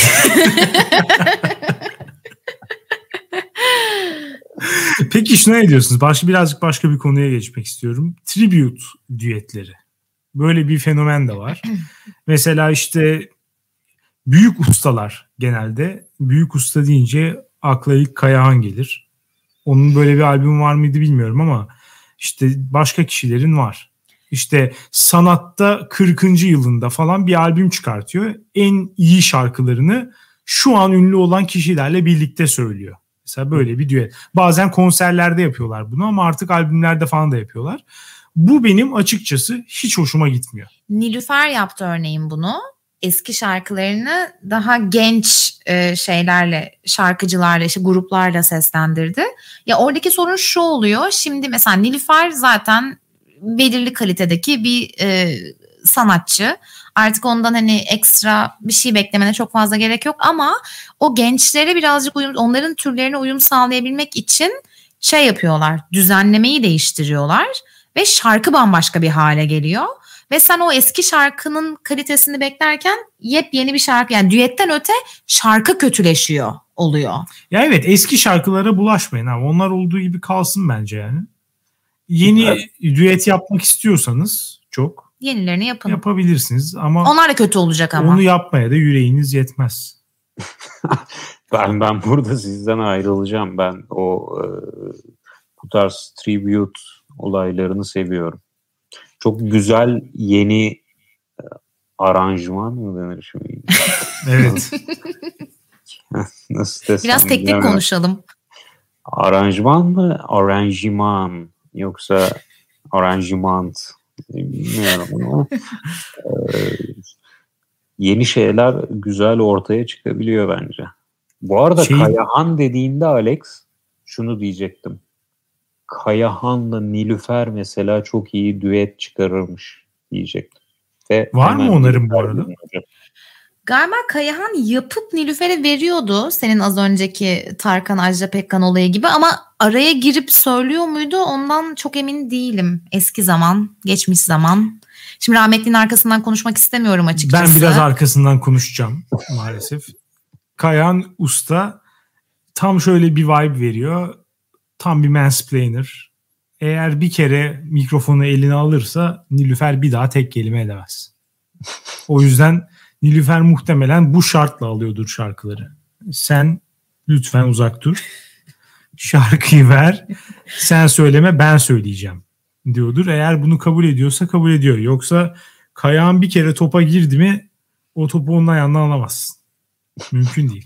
Peki şuna ne diyorsunuz? Başka birazcık başka bir konuya geçmek istiyorum. Tribute düetleri. Böyle bir fenomen de var. Mesela işte büyük ustalar genelde. Büyük usta deyince akla ilk Kayahan gelir. Onun böyle bir albüm var mıydı bilmiyorum ama işte başka kişilerin var. İşte sanatta kırkıncı yılında falan bir albüm çıkartıyor. En iyi şarkılarını şu an ünlü olan kişilerle birlikte söylüyor. Mesela böyle bir düet. Bazen konserlerde yapıyorlar bunu ama artık albümlerde falan da yapıyorlar. Bu benim açıkçası hiç hoşuma gitmiyor. Nilüfer yaptı örneğin bunu. Eski şarkılarını daha genç e, şeylerle, şarkıcılarla, işte gruplarla seslendirdi. Ya oradaki sorun şu oluyor. Şimdi mesela Nilüfer zaten belirli kalitedeki bir e, sanatçı. Artık ondan hani ekstra bir şey beklemene çok fazla gerek yok ama o gençlere birazcık uyum, onların türlerine uyum sağlayabilmek için şey yapıyorlar. Düzenlemeyi değiştiriyorlar ve şarkı bambaşka bir hale geliyor. Ve sen o eski şarkının kalitesini beklerken yepyeni bir şarkı, yani düetten öte şarkı kötüleşiyor oluyor. Ya evet, eski şarkılara bulaşmayın abi. Onlar olduğu gibi kalsın bence yani. Yeni evet. Düet yapmak istiyorsanız çok yenilerini yapın. Yapabilirsiniz ama onlar da kötü olacak ama. Onu yapmaya da yüreğiniz yetmez. ben ben burada sizden ayrılacağım. Ben o e, bu tarz tribute olaylarını seviyorum. Çok güzel yeni e, aranjman mı denir şimdi? Evet. Nasıl desem? Biraz teknik bilemem. Konuşalım. Aranjman mı? Aranjman yoksa aranjmant bilmiyorum ama e, yeni şeyler güzel ortaya çıkabiliyor bence. Bu arada şey... Kayahan dediğinde Alex şunu diyecektim. Kayahan'la Nilüfer mesela çok iyi düet çıkarırmış diyecektim. Ve var mı onların bu arada? Galiba Kayahan yapıp Nilüfer'e veriyordu. Senin az önceki Tarkan Ajda Pekkan olayı gibi ama araya girip söylüyor muydu? Ondan çok emin değilim. Eski zaman, geçmiş zaman. Şimdi rahmetlinin arkasından konuşmak istemiyorum açıkçası. Ben biraz arkasından konuşacağım maalesef. Kayahan Usta tam şöyle bir vibe veriyor. Tam bir mansplainer. Eğer bir kere mikrofonu eline alırsa Nilüfer bir daha tek kelime edemez. O yüzden Nilüfer muhtemelen bu şartla alıyordur şarkıları. Sen lütfen uzak dur. Şarkıyı ver. Sen söyleme, ben söyleyeceğim diyordur. Eğer bunu kabul ediyorsa kabul ediyor. Yoksa Kayahan bir kere topa girdi mi o topu onun ayağından alamazsın. Mümkün değil.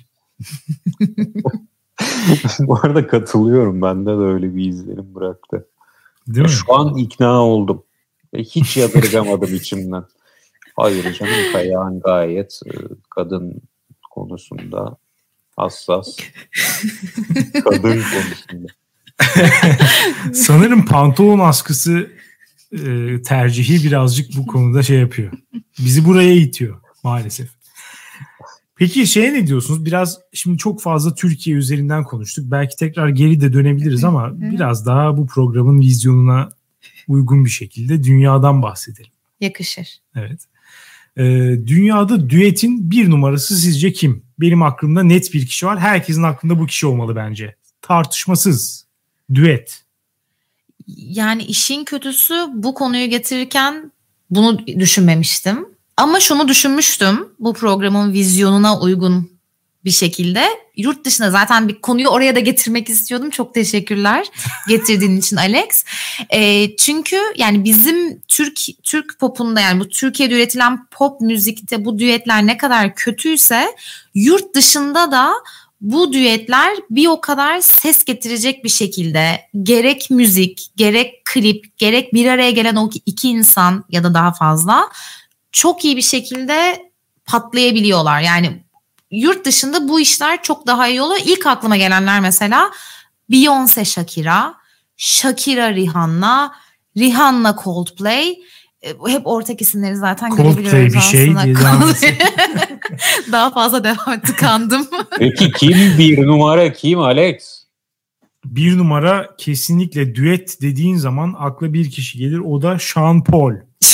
Bu arada katılıyorum. Bende de öyle bir izlenim bıraktı. Değil mi? Şu an ikna oldum. Hiç yadırgamadım içimden. Hayır canım, Kayahan gayet kadın konusunda hassas. Kadın konusunda. Sanırım pantolon askısı e, tercihi birazcık bu konuda şey yapıyor. Bizi buraya itiyor maalesef. Peki şeye ne diyorsunuz? Biraz şimdi çok fazla Türkiye üzerinden konuştuk. Belki tekrar geri de dönebiliriz ama biraz daha bu programın vizyonuna uygun bir şekilde dünyadan bahsedelim. Yakışır. Evet. Ee, dünyada düetin bir numarası sizce kim? Benim aklımda net bir kişi var. Herkesin aklında bu kişi olmalı bence. Tartışmasız. Düet. Yani işin kötüsü bu konuyu getirirken bunu düşünmemiştim. Ama şunu düşünmüştüm, bu programın vizyonuna uygun bir şekilde. Yurt dışında zaten bir konuyu oraya da getirmek istiyordum. Çok teşekkürler getirdiğin için Alex. E, çünkü yani bizim Türk Türk popunda, yani bu Türkiye'de üretilen pop müzikte bu düetler ne kadar kötüyse yurt dışında da bu düetler bir o kadar ses getirecek bir şekilde gerek müzik, gerek klip, gerek bir araya gelen o iki insan ya da daha fazla çok iyi bir şekilde patlayabiliyorlar. Yani yurt dışında bu işler çok daha iyi oluyor. İlk aklıma gelenler mesela Beyoncé, Shakira, Shakira Rihanna, Rihanna Coldplay. Hep ortak isimleri zaten Coldplay görebiliyoruz bir şey aslında. Daha fazla devam tıkandım. Peki kim bir numara, kim Alex? Bir numara kesinlikle düet dediğin zaman akla bir kişi gelir. O da Sean Paul.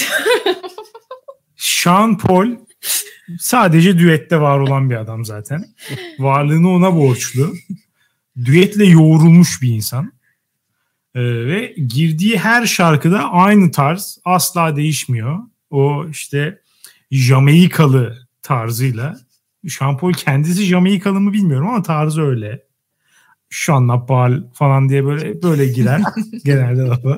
Sean Paul sadece düette var olan bir adam zaten. Varlığını ona borçlu. Düetle yoğrulmuş bir insan. Ee, ve girdiği her şarkıda aynı tarz, asla değişmiyor. O işte Jamaikalı tarzıyla. Sean Paul kendisi Jamaikalı mı bilmiyorum ama tarzı öyle. Sean Paul falan diye böyle böyle girer genelde lafa.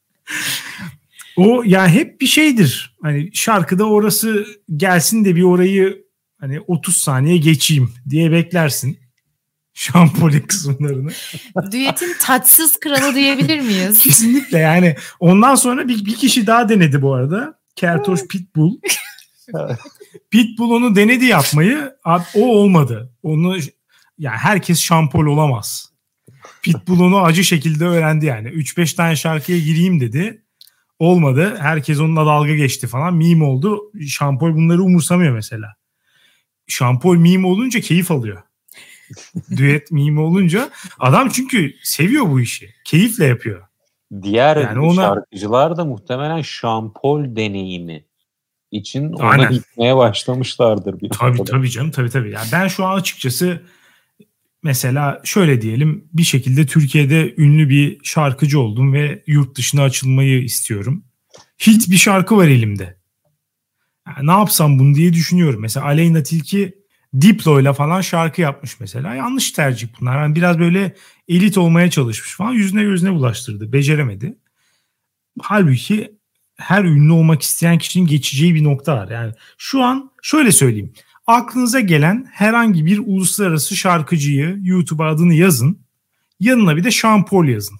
O yani hep bir şeydir. Hani şarkıda orası gelsin de bir orayı hani otuz saniye geçeyim diye beklersin. Sean Paul'in kısımlarını. Düetin taçsız kralı diyebilir miyiz? Kesinlikle yani. Ondan sonra bir, bir kişi daha denedi bu arada. Keltoş Pitbull. Pitbull onu denedi yapmayı. Abi, o olmadı. Onu yani herkes Sean Paul olamaz. Pitbull onu acı şekilde öğrendi yani. üç beş tane şarkıya gireyim dedi. Olmadı. Herkes onunla dalga geçti falan. Meme oldu. Sean Paul bunları umursamıyor mesela. Sean Paul meme olunca keyif alıyor. Düet meme olunca adam çünkü seviyor bu işi. Keyifle yapıyor. Diğer yani ona... şarkıcılar da muhtemelen Sean Paul deneyimi için ona Aynen. gitmeye başlamışlardır. Bir tabii noktada. Tabii canım tabii tabii. Yani ben şu an açıkçası mesela şöyle diyelim bir şekilde Türkiye'de ünlü bir şarkıcı oldum ve yurt dışına açılmayı istiyorum. Hit bir şarkı var elimde. Yani ne yapsam bunu diye düşünüyorum. Mesela Aleyna Tilki Diplo'yla falan şarkı yapmış mesela. Yanlış tercih bunlar. Yani biraz böyle elit olmaya çalışmış falan. Yüzüne gözüne bulaştırdı. Beceremedi. Halbuki her ünlü olmak isteyen kişinin geçeceği bir nokta var. Yani şu an şöyle söyleyeyim. Aklınıza gelen herhangi bir uluslararası şarkıcıyı YouTube'a adını yazın. Yanına bir de Sean Paul yazın.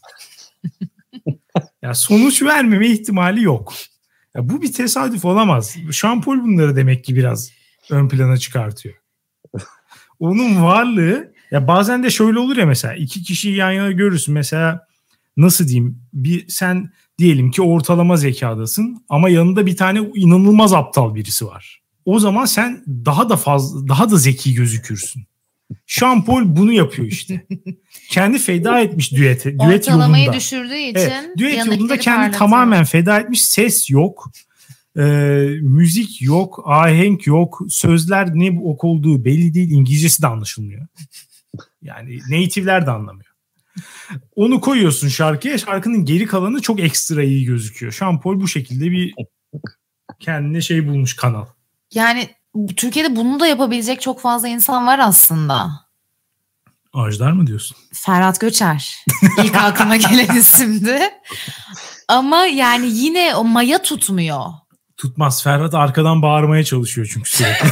Ya sonuç vermeme ihtimali yok. Ya bu bir tesadüf olamaz. Sean Paul bunları demek ki biraz ön plana çıkartıyor. Onun varlığı ya bazen de şöyle olur ya mesela iki kişiyi yan yana görürsün mesela nasıl diyeyim bir sen diyelim ki ortalama zekadasın ama yanında bir tane inanılmaz aptal birisi var. O zaman sen daha da fazla daha da zeki gözükürsün. Sean Paul bunu yapıyor işte. Kendi feda etmiş düete, düet ortalamayı yolunda. düşürdüğü için evet, düet yolunda kendi parlatıyor. tamamen feda etmiş. Ses yok. E, müzik yok, ahenk yok, sözler ne ok olduğu belli değil, İngilizcesi de anlaşılmıyor. Yani native'ler de anlamıyor. Onu koyuyorsun şarkıya, şarkının geri kalanı çok ekstra iyi gözüküyor. Sean Paul bu şekilde bir kendine şey bulmuş kanal. Yani Türkiye'de bunu da yapabilecek çok fazla insan var aslında. Ajdar mı diyorsun? Ferhat Göçer. İlk aklıma gelen isimdi. Ama yani yine o maya tutmuyor. Tutmaz. Ferhat arkadan bağırmaya çalışıyor çünkü sürekli.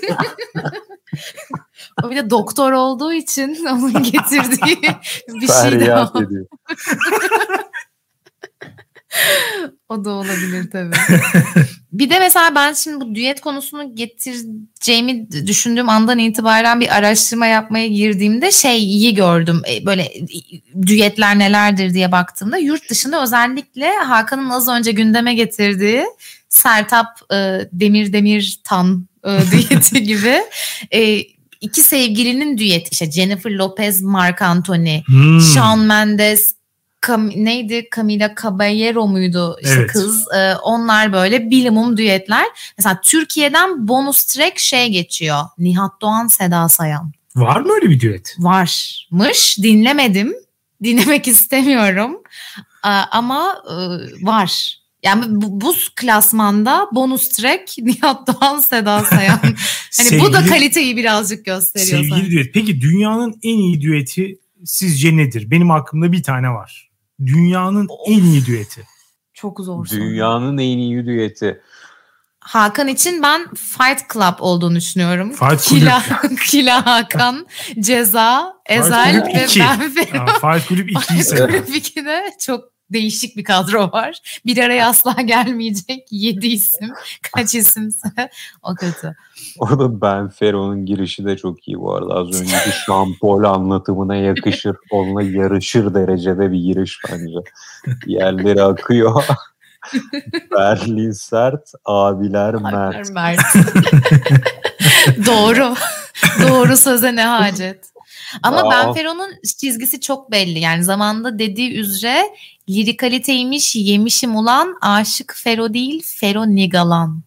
O bir de doktor olduğu için onun getirdiği bir şey de o. O da olabilir tabii. Bir de mesela ben şimdi bu düet konusunu getireceğimi düşündüğüm andan itibaren bir araştırma yapmaya girdiğimde şeyi gördüm. Böyle düetler nelerdir diye baktığımda yurt dışında özellikle Hakan'ın az önce gündeme getirdiği Sertab e, Demir Demir Tan e, düeti gibi e, iki sevgilinin düeti işte Jennifer Lopez, Marc Anthony, hmm. Shawn Mendes, Cam- neydi Camila Caballero muydu işte evet. kız e, onlar böyle bilimum düetler. Mesela Türkiye'den bonus track şey geçiyor. Nihat Doğan, Seda Sayan. Var mı öyle bir düet? Varmış. Dinlemedim. Dinlemek istemiyorum. E, ama e, var. Yani bu, bu klasmanda bonus track Nihat Doğan, Seda Sayan. Hani sevgili, bu da kaliteyi birazcık gösteriyor. Sevgili sana. Düet. Peki dünyanın en iyi düeti sizce nedir? Benim aklımda bir tane var. Dünyanın of. en iyi düeti. Çok zor. Dünyanın en iyi düeti. Hakan için ben Fight Club olduğunu düşünüyorum. Fight Kila, Kila Hakan, Ceza, Ezel ve iki. Ben Fero. Fight Club ikiyi sayıyorum. Fight Club iki de çok değişik bir kadro var. Bir araya asla gelmeyecek yedi isim. Kaç isimse o kötü. Orada Ben Fero'nun girişi de çok iyi bu arada. Az önceki şampol anlatımına yakışır. Onunla yarışır derecede bir giriş bence. Yerleri akıyor. Berlin sert, abiler mert. mert. Doğru. Doğru söze ne hacet. Ama Aa. Ben Fero'nun çizgisi çok belli. Yani zamanında dediği üzere lirikaliteymiş, yemişim ulan, aşık Fero değil, Fero Nigalan.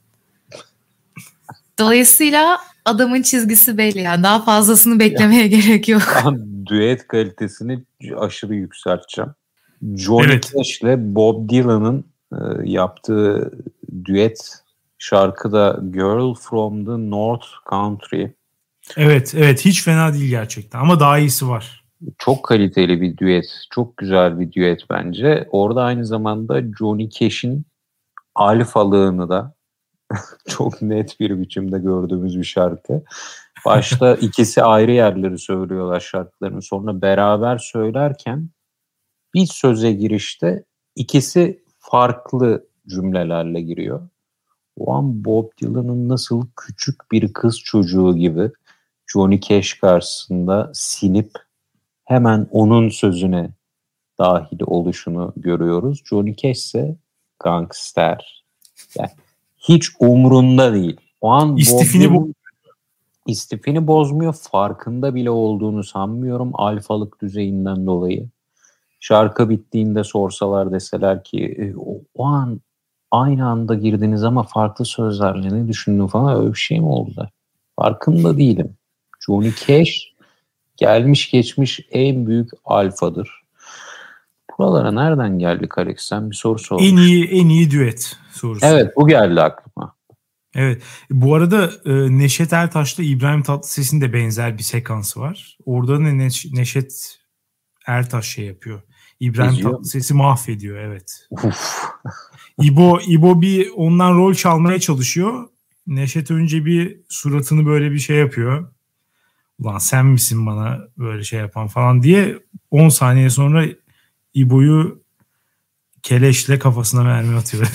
Dolayısıyla adamın çizgisi belli. Yani daha fazlasını beklemeye ya. gerek yok. Ben düet kalitesini aşırı yükselteceğim. Johnny evet. Cash ile Bob Dylan'ın e, yaptığı düet şarkı da Girl from the North Country. Evet, evet hiç fena değil gerçekten ama daha iyisi var. Çok kaliteli bir düet, çok güzel bir düet bence. Orada aynı zamanda Johnny Cash'in alfalığını da çok net bir biçimde gördüğümüz bir şarkı. Başta ikisi ayrı yerleri söylüyorlar şarkılarını, sonra beraber söylerken bir söze girişte ikisi farklı cümlelerle giriyor. O an Bob Dylan'ın nasıl küçük bir kız çocuğu gibi Johnny Cash karşısında sinip hemen onun sözüne dahil oluşunu görüyoruz. Johnny Cash ise gangster. Yani hiç umrunda değil. O an istifini, bo- istifini bozmuyor. Farkında bile olduğunu sanmıyorum alfalık düzeyinden dolayı. Şarkı bittiğinde sorsalar deseler ki o, o an aynı anda girdiniz ama farklı sözlerle ne düşündün falan, öyle bir şey mi oldu da? Farkında değilim. Johnny Cash gelmiş geçmiş en büyük alfadır. Buralara nereden geldik Alex? Sen bir soru sor. En iyi en iyi düet sorusu. Evet, bu geldi aklıma. Evet. Bu arada e, Neşet Ertaş'la İbrahim Tatlıses'in de benzer bir sekansı var. Orada ne Neş- Neşet Ertaş şey yapıyor. İbrahim Eziyor Tatlıses'i mu? mahvediyor, evet. İbo İbo bir ondan rol çalmaya çalışıyor. Neşet önce bir suratını böyle bir şey yapıyor. Ulan sen misin bana böyle şey yapan falan diye on saniye sonra İbo'yu keleşle kafasına mermi atıyor.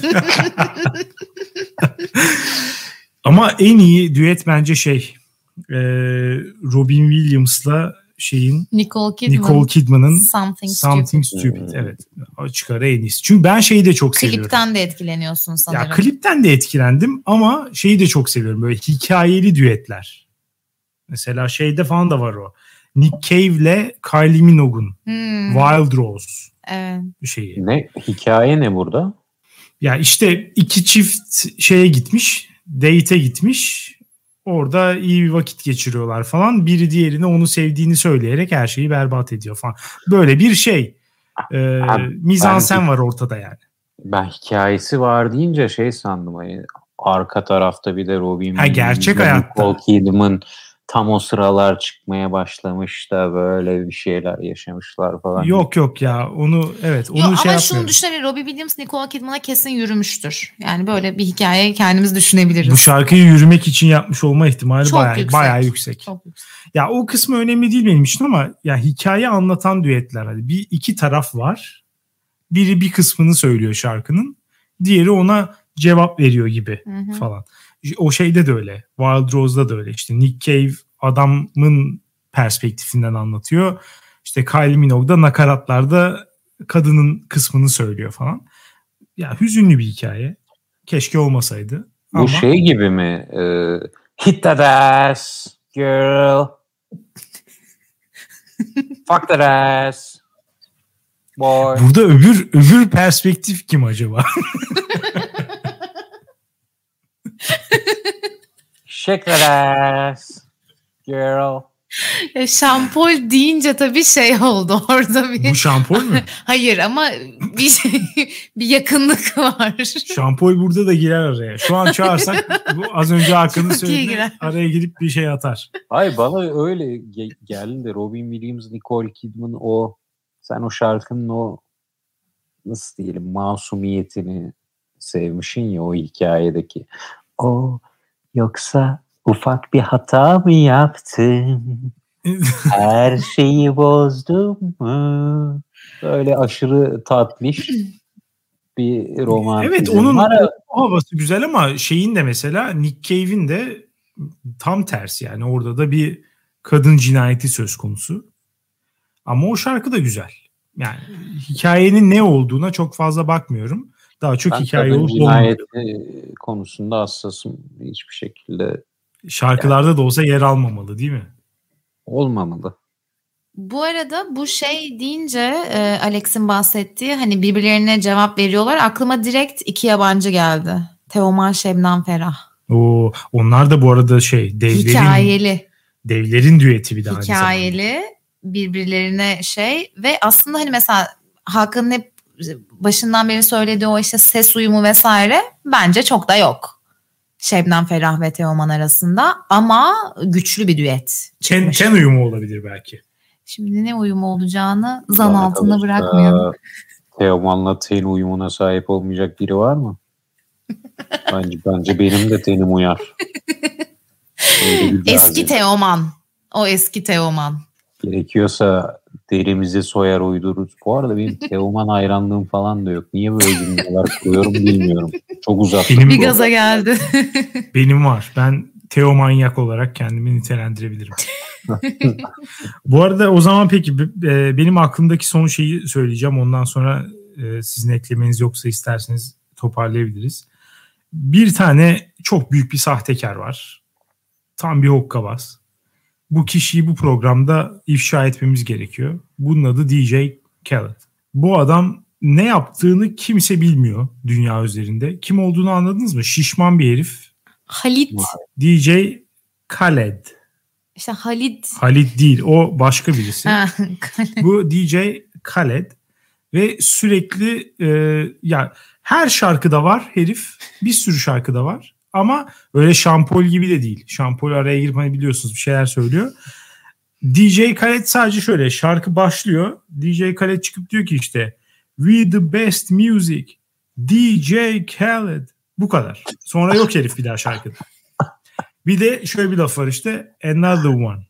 Ama en iyi düet bence şey e, Robin Williams'la şeyin Nicole, Kidman, Nicole Kidman'ın Something, Something Stupid. Stupid. Evet. Açık ara en iyisi. Çünkü ben şeyi de çok Klipten seviyorum. Klipten de etkileniyorsun sanırım. Ya klipten de etkilendim ama şeyi de çok seviyorum. Böyle hikayeli düetler. Mesela şeyde falan da var o. Nick Cave'le Kylie Minogue'un hmm. Wild Rose. Evet. Şeyi. Ne? Hikaye ne burada? Ya işte iki çift şeye gitmiş. Date'e gitmiş. Orada iyi bir vakit geçiriyorlar falan. Biri diğerine onu sevdiğini söyleyerek her şeyi berbat ediyor falan. Böyle bir şey. Ee, mizansen var ortada yani. Ben hikayesi var deyince şey sandım. Hani arka tarafta bir de Robin ha, gerçek hayatta. Nicole Kidman tam o sıralar çıkmaya başlamış da böyle bir şeyler yaşamışlar falan. Yok yok ya onu evet onu yok, şey ama şunu düşünelim, Robbie Williams Nicole Kidman'a kesin yürümüştür. Yani böyle bir hikaye kendimiz düşünebiliriz. Bu şarkıyı yürümek için yapmış olma ihtimali çok bayağı yüksek. bayağı yüksek. Çok yüksek. Ya o kısmı önemli değil benim için ama ya hikaye anlatan düetler, hani bir iki taraf var. Biri bir kısmını söylüyor şarkının, diğeri ona cevap veriyor gibi hı hı. falan. O şeyde de öyle. Wild Rose'da da öyle. İşte Nick Cave adamın perspektifinden anlatıyor. İşte Kylie Minogue da nakaratlarda kadının kısmını söylüyor falan. Ya hüzünlü bir hikaye. Keşke olmasaydı. Bu ama... şey gibi mi? Ee, hit that ass girl. Fuck that ass boy. Burada öbür öbür perspektif kim acaba? Shake that ass girl. E, şampol deyince tabii şey oldu orada bir. Bu şampol mu? Hayır ama bir şey, bir yakınlık var. Şampol burada da girer araya. Şu an çağırsak bu az önce Hakan'ın söylediği araya girip bir şey atar. Hayır, bana öyle ge- geldi de Robin Williams, Nicole Kidman, o sen o şarkının o nasıl diyelim masumiyetini sevmişsin ya o hikayedeki. O yoksa ufak bir hata mı yaptım? Her şeyi bozdum mu? Böyle aşırı tatlış bir romantizm. Evet, onun var. O havası güzel ama şeyin de mesela Nick Cave'in de tam tersi, yani orada da bir kadın cinayeti söz konusu. Ama o şarkı da güzel. Yani hikayenin ne olduğuna çok fazla bakmıyorum. Daha çok ben hikaye olup cinayeti konusunda hassasım. Hiçbir şekilde şarkılarda yani da olsa yer almamalı değil mi? Olmamalı. Bu arada bu şey deyince e, Alex'in bahsettiği hani birbirlerine cevap veriyorlar. Aklıma direkt iki yabancı geldi. Teoman, Şebnem Ferah. Oo, onlar da bu arada şey devlerin, hikayeli. Devlerin düeti bir daha. Hikayeli, birbirlerine şey ve aslında hani mesela Hakan'ın hep başından beri söylediği o işte ses uyumu vesaire bence çok da yok. Şebnem Ferah ve Teoman arasında ama güçlü bir düet. Ken, Ken uyumu olabilir belki. Şimdi ne uyumu olacağını zan altında bırakmayalım. Teoman'la ten uyumuna sahip olmayacak biri var mı? bence, bence benim de tenim uyar. Eski Teoman. O eski Teoman. Gerekiyorsa derimizi soyar uydururuz. Bu arada benim Teoman hayranlığım falan da yok. Niye böyle cümleler kuruyorum bilmiyorum. Çok uzak. Bir gaza geldi. Benim var. Ben Teomanyak olarak kendimi nitelendirebilirim. Bu arada o zaman peki benim aklımdaki son şeyi söyleyeceğim. Ondan sonra sizin eklemeniz yoksa isterseniz toparlayabiliriz. Bir tane çok büyük bir sahtekar var. Tam bir hokkabaz. Bu kişiyi bu programda ifşa etmemiz gerekiyor. Bunun adı D J Khaled. Bu adam ne yaptığını kimse bilmiyor dünya üzerinde. Kim olduğunu anladınız mı? Şişman bir herif. Halit. D J Khaled. İşte Halit. Halit değil, o başka birisi. Bu D J Khaled ve sürekli e, ya her şarkıda var herif. Bir sürü şarkıda var. Ama öyle Şampol gibi de değil. Şampol araya girip hani biliyorsunuz bir şeyler söylüyor. D J Khaled sadece şöyle şarkı başlıyor. D J Khaled çıkıp diyor ki işte "We the best music. D J Khaled." Bu kadar. Sonra yok herif bir daha şarkıda. Bir de şöyle bir laf var işte "Another one."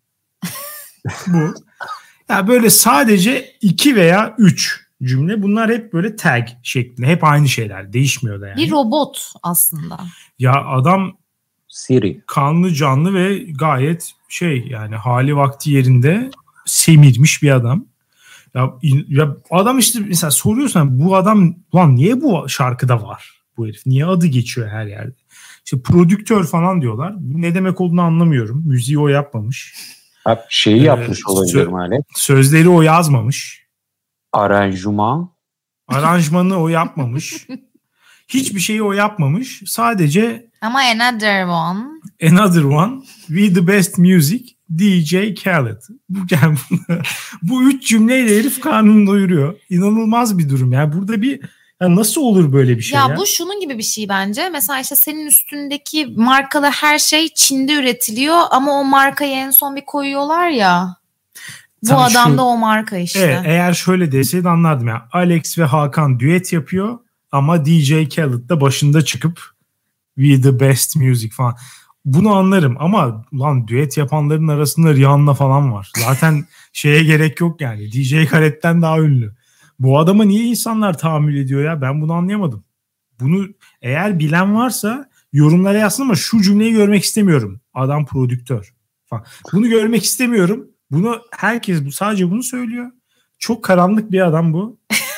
Bu. Ya yani böyle sadece iki veya üç cümle. Bunlar hep böyle tag şeklinde. Hep aynı şeyler. Değişmiyor da yani. Bir robot aslında. Ya adam Siri. Kanlı canlı ve gayet şey yani hali vakti yerinde semirmiş bir adam. Ya, ya adam işte mesela soruyorsan bu adam lan niye bu şarkıda var bu herif? Niye adı geçiyor her yerde? İşte prodüktör falan diyorlar. Ne demek olduğunu anlamıyorum. Müziği o yapmamış. Abi şeyi yapmış ee, olabilir mi hani? Sözleri o yazmamış. Aranjman. Aranjmanı o yapmamış. Hiçbir şeyi o yapmamış. Sadece ama another one. Another one. We the best music. D J Khaled. Bu, yani bu üç cümleyle herif karnını doyuruyor. İnanılmaz bir durum. Yani burada bir ya nasıl olur böyle bir şey ya? Ya bu şunun gibi bir şey bence. Mesela işte senin üstündeki markalı her şey Çin'de üretiliyor ama o markayı en son bir koyuyorlar ya. Bu Tam adam şu, da o marka işte. Evet, eğer şöyle deseydi anlardım ya. Alex ve Hakan düet yapıyor ama D J Khaled da başında çıkıp "We the best music" falan. Bunu anlarım ama lan düet yapanların arasında Rihanna falan var. Zaten şeye gerek yok yani. D J Khaled'den daha ünlü. Bu adama niye insanlar tahammül ediyor ya? Ben bunu anlayamadım. Bunu eğer bilen varsa yorumlara yazsın ama şu cümleyi görmek istemiyorum. Adam prodüktör falan. Bunu görmek istemiyorum. Bunu herkes bu sadece bunu söylüyor. Çok karanlık bir adam bu.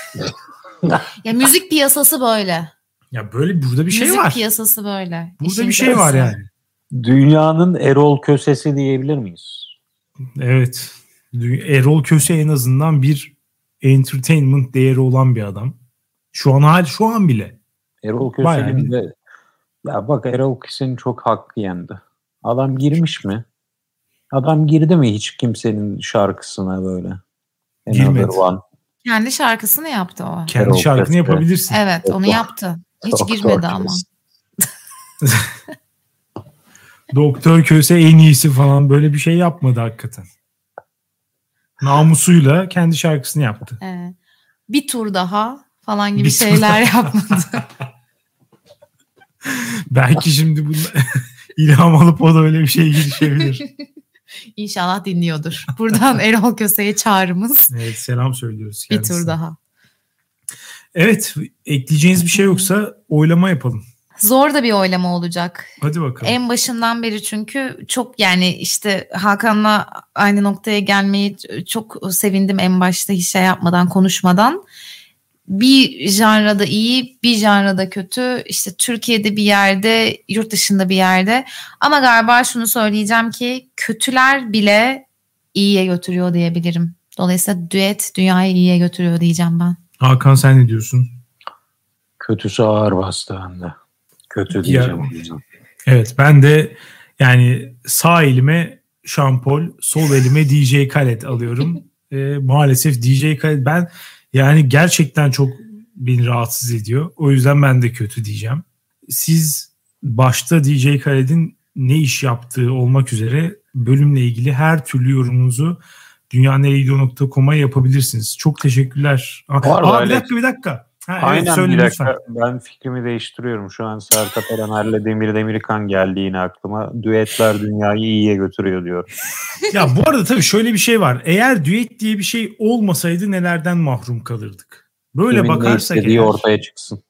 Ya müzik piyasası böyle. Ya böyle burada bir şey müzik var. Müzik piyasası böyle. Burada İşin bir şey var yani. Dünyanın Erol Kösesi diyebilir miyiz? Evet. Erol Köse en azından bir entertainment değeri olan bir adam. Şu an hal şu an bile. Erol Köse'nin de ya bak Erol Köse'nin çok hakkı yendi. Adam girmiş mi? Adam girdi mi hiç kimsenin şarkısına böyle? Girmedi. Kendi şarkısını yaptı o. Kendi Erol şarkını Köse. Yapabilirsin. Evet onu yaptı. Hiç Doktor girmedi ama. Doktor Köse en iyisi falan böyle bir şey yapmadı hakikaten. Namusuyla kendi şarkısını yaptı. Evet. Bir tur daha falan gibi bir şeyler yapmadı. Belki şimdi bunlar ilham alıp o da öyle bir şey girişebilir. İnşallah dinliyordur. Buradan Erol Köse'ye çağrımız. Evet, selam söylüyoruz Bir kendisine. tur daha. Evet, ekleyeceğiniz bir şey yoksa oylama yapalım. Zor da bir oylama olacak. Hadi bakalım. En başından beri çünkü çok yani işte Hakan'la aynı noktaya gelmeyi çok sevindim en başta hiç şey yapmadan konuşmadan. Bir janrada iyi, bir janrada kötü. İşte Türkiye'de bir yerde, yurt dışında bir yerde. Ama galiba şunu söyleyeceğim ki kötüler bile iyiye götürüyor diyebilirim. Dolayısıyla düet dünyayı iyiye götürüyor diyeceğim ben. Hakan sen ne diyorsun? Kötüsü ağır bastı bende. Kötü diyeceğim. Ya, evet ben de yani sağ elime Şampol, sol elime D J Khaled alıyorum. e, maalesef D J Khaled ben yani gerçekten çok beni rahatsız ediyor. O yüzden ben de kötü diyeceğim. Siz başta D J Khaled'in ne iş yaptığı olmak üzere bölümle ilgili her türlü yorumunuzu dünyaneregidiyor nokta com'a yapabilirsiniz. Çok teşekkürler. Var Aa, bir dakika bir dakika. Ha, Aynen evet, bir dakika. lütfen. Ben fikrimi değiştiriyorum. Şu an Sertab Erener'le Demir Demirkan geldi yine aklıma. Düetler dünyayı iyiye götürüyor diyorum. Ya bu arada tabii şöyle bir şey var. Eğer düet diye bir şey olmasaydı nelerden mahrum kalırdık? Böyle Kimin bakarsak ne istediği eğer, ortaya çıksın.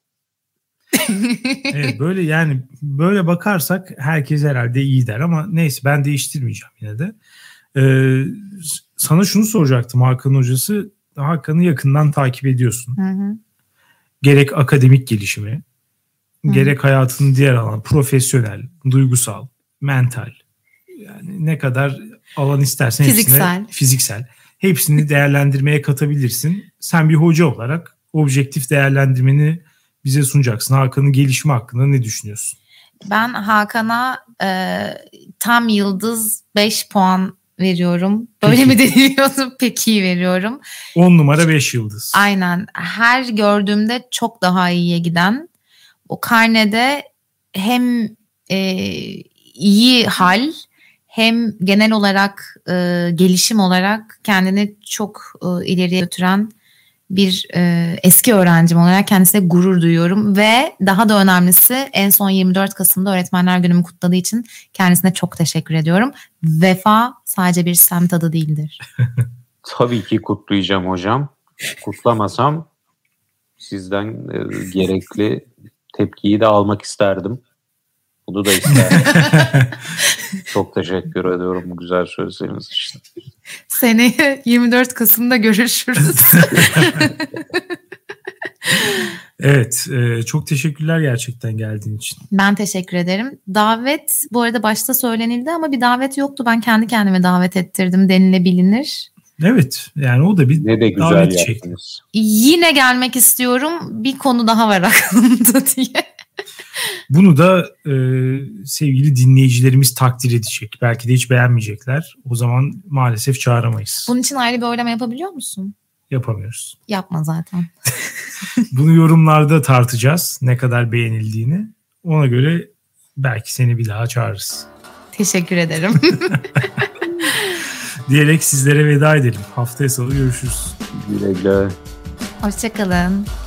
evet böyle yani böyle bakarsak herkes herhalde iyi der ama neyse ben değiştirmeyeceğim yine de. Ee, sana şunu soracaktım Hakan hocası. Hakan'ı yakından takip ediyorsun. Hı hı. Gerek akademik gelişimi, Hı. gerek hayatının diğer alan, profesyonel, duygusal, mental. Yani ne kadar alan istersen Fiziksel. hepsine fiziksel. Hepsini değerlendirmeye katabilirsin. Sen bir hoca olarak objektif değerlendirmeni bize sunacaksın. Hakan'ın gelişimi hakkında ne düşünüyorsun? Ben Hakan'a e, tam yıldız beş puan veriyorum. Böyle Peki. mi deniliyordu? Peki veriyorum. on numara beş yıldız. Aynen. Her gördüğümde çok daha iyiye giden. O karnede hem e, iyi hal hem genel olarak e, gelişim olarak kendini çok e, ileriye götüren bir e, eski öğrencim olarak kendisine gurur duyuyorum ve daha da önemlisi en son yirmi dört Kasım'da Öğretmenler Günü'mü kutladığı için kendisine çok teşekkür ediyorum. Vefa sadece bir semt adı değildir. Tabii ki kutlayacağım hocam. Kutlamasam sizden e, gerekli tepkiyi de almak isterdim. Bunu da isterdim. Çok teşekkür ediyorum bu güzel sözleriniz için. Seneye yirmi dört Kasım'da görüşürüz. Evet, e, çok teşekkürler gerçekten geldiğin için. Ben teşekkür ederim. Davet bu arada başta söylenildi ama bir davet yoktu. Ben kendi kendime davet ettirdim denilebilir. Evet, yani o da bir ne de güzel davet şekli. yaptınız. Yine gelmek istiyorum. Bir konu daha var aklımda diye. Bunu da e, sevgili dinleyicilerimiz takdir edecek. Belki de hiç beğenmeyecekler. O zaman maalesef çağıramayız. Bunun için ayrı bir oylama yapabiliyor musun? Yapamıyoruz. Yapma zaten. Bunu yorumlarda tartacağız. Ne kadar beğenildiğini. Ona göre belki seni bir daha çağırırız. Teşekkür ederim. Diyerek sizlere veda edelim. Haftaya salı görüşürüz. Güle güle. Hoşçakalın.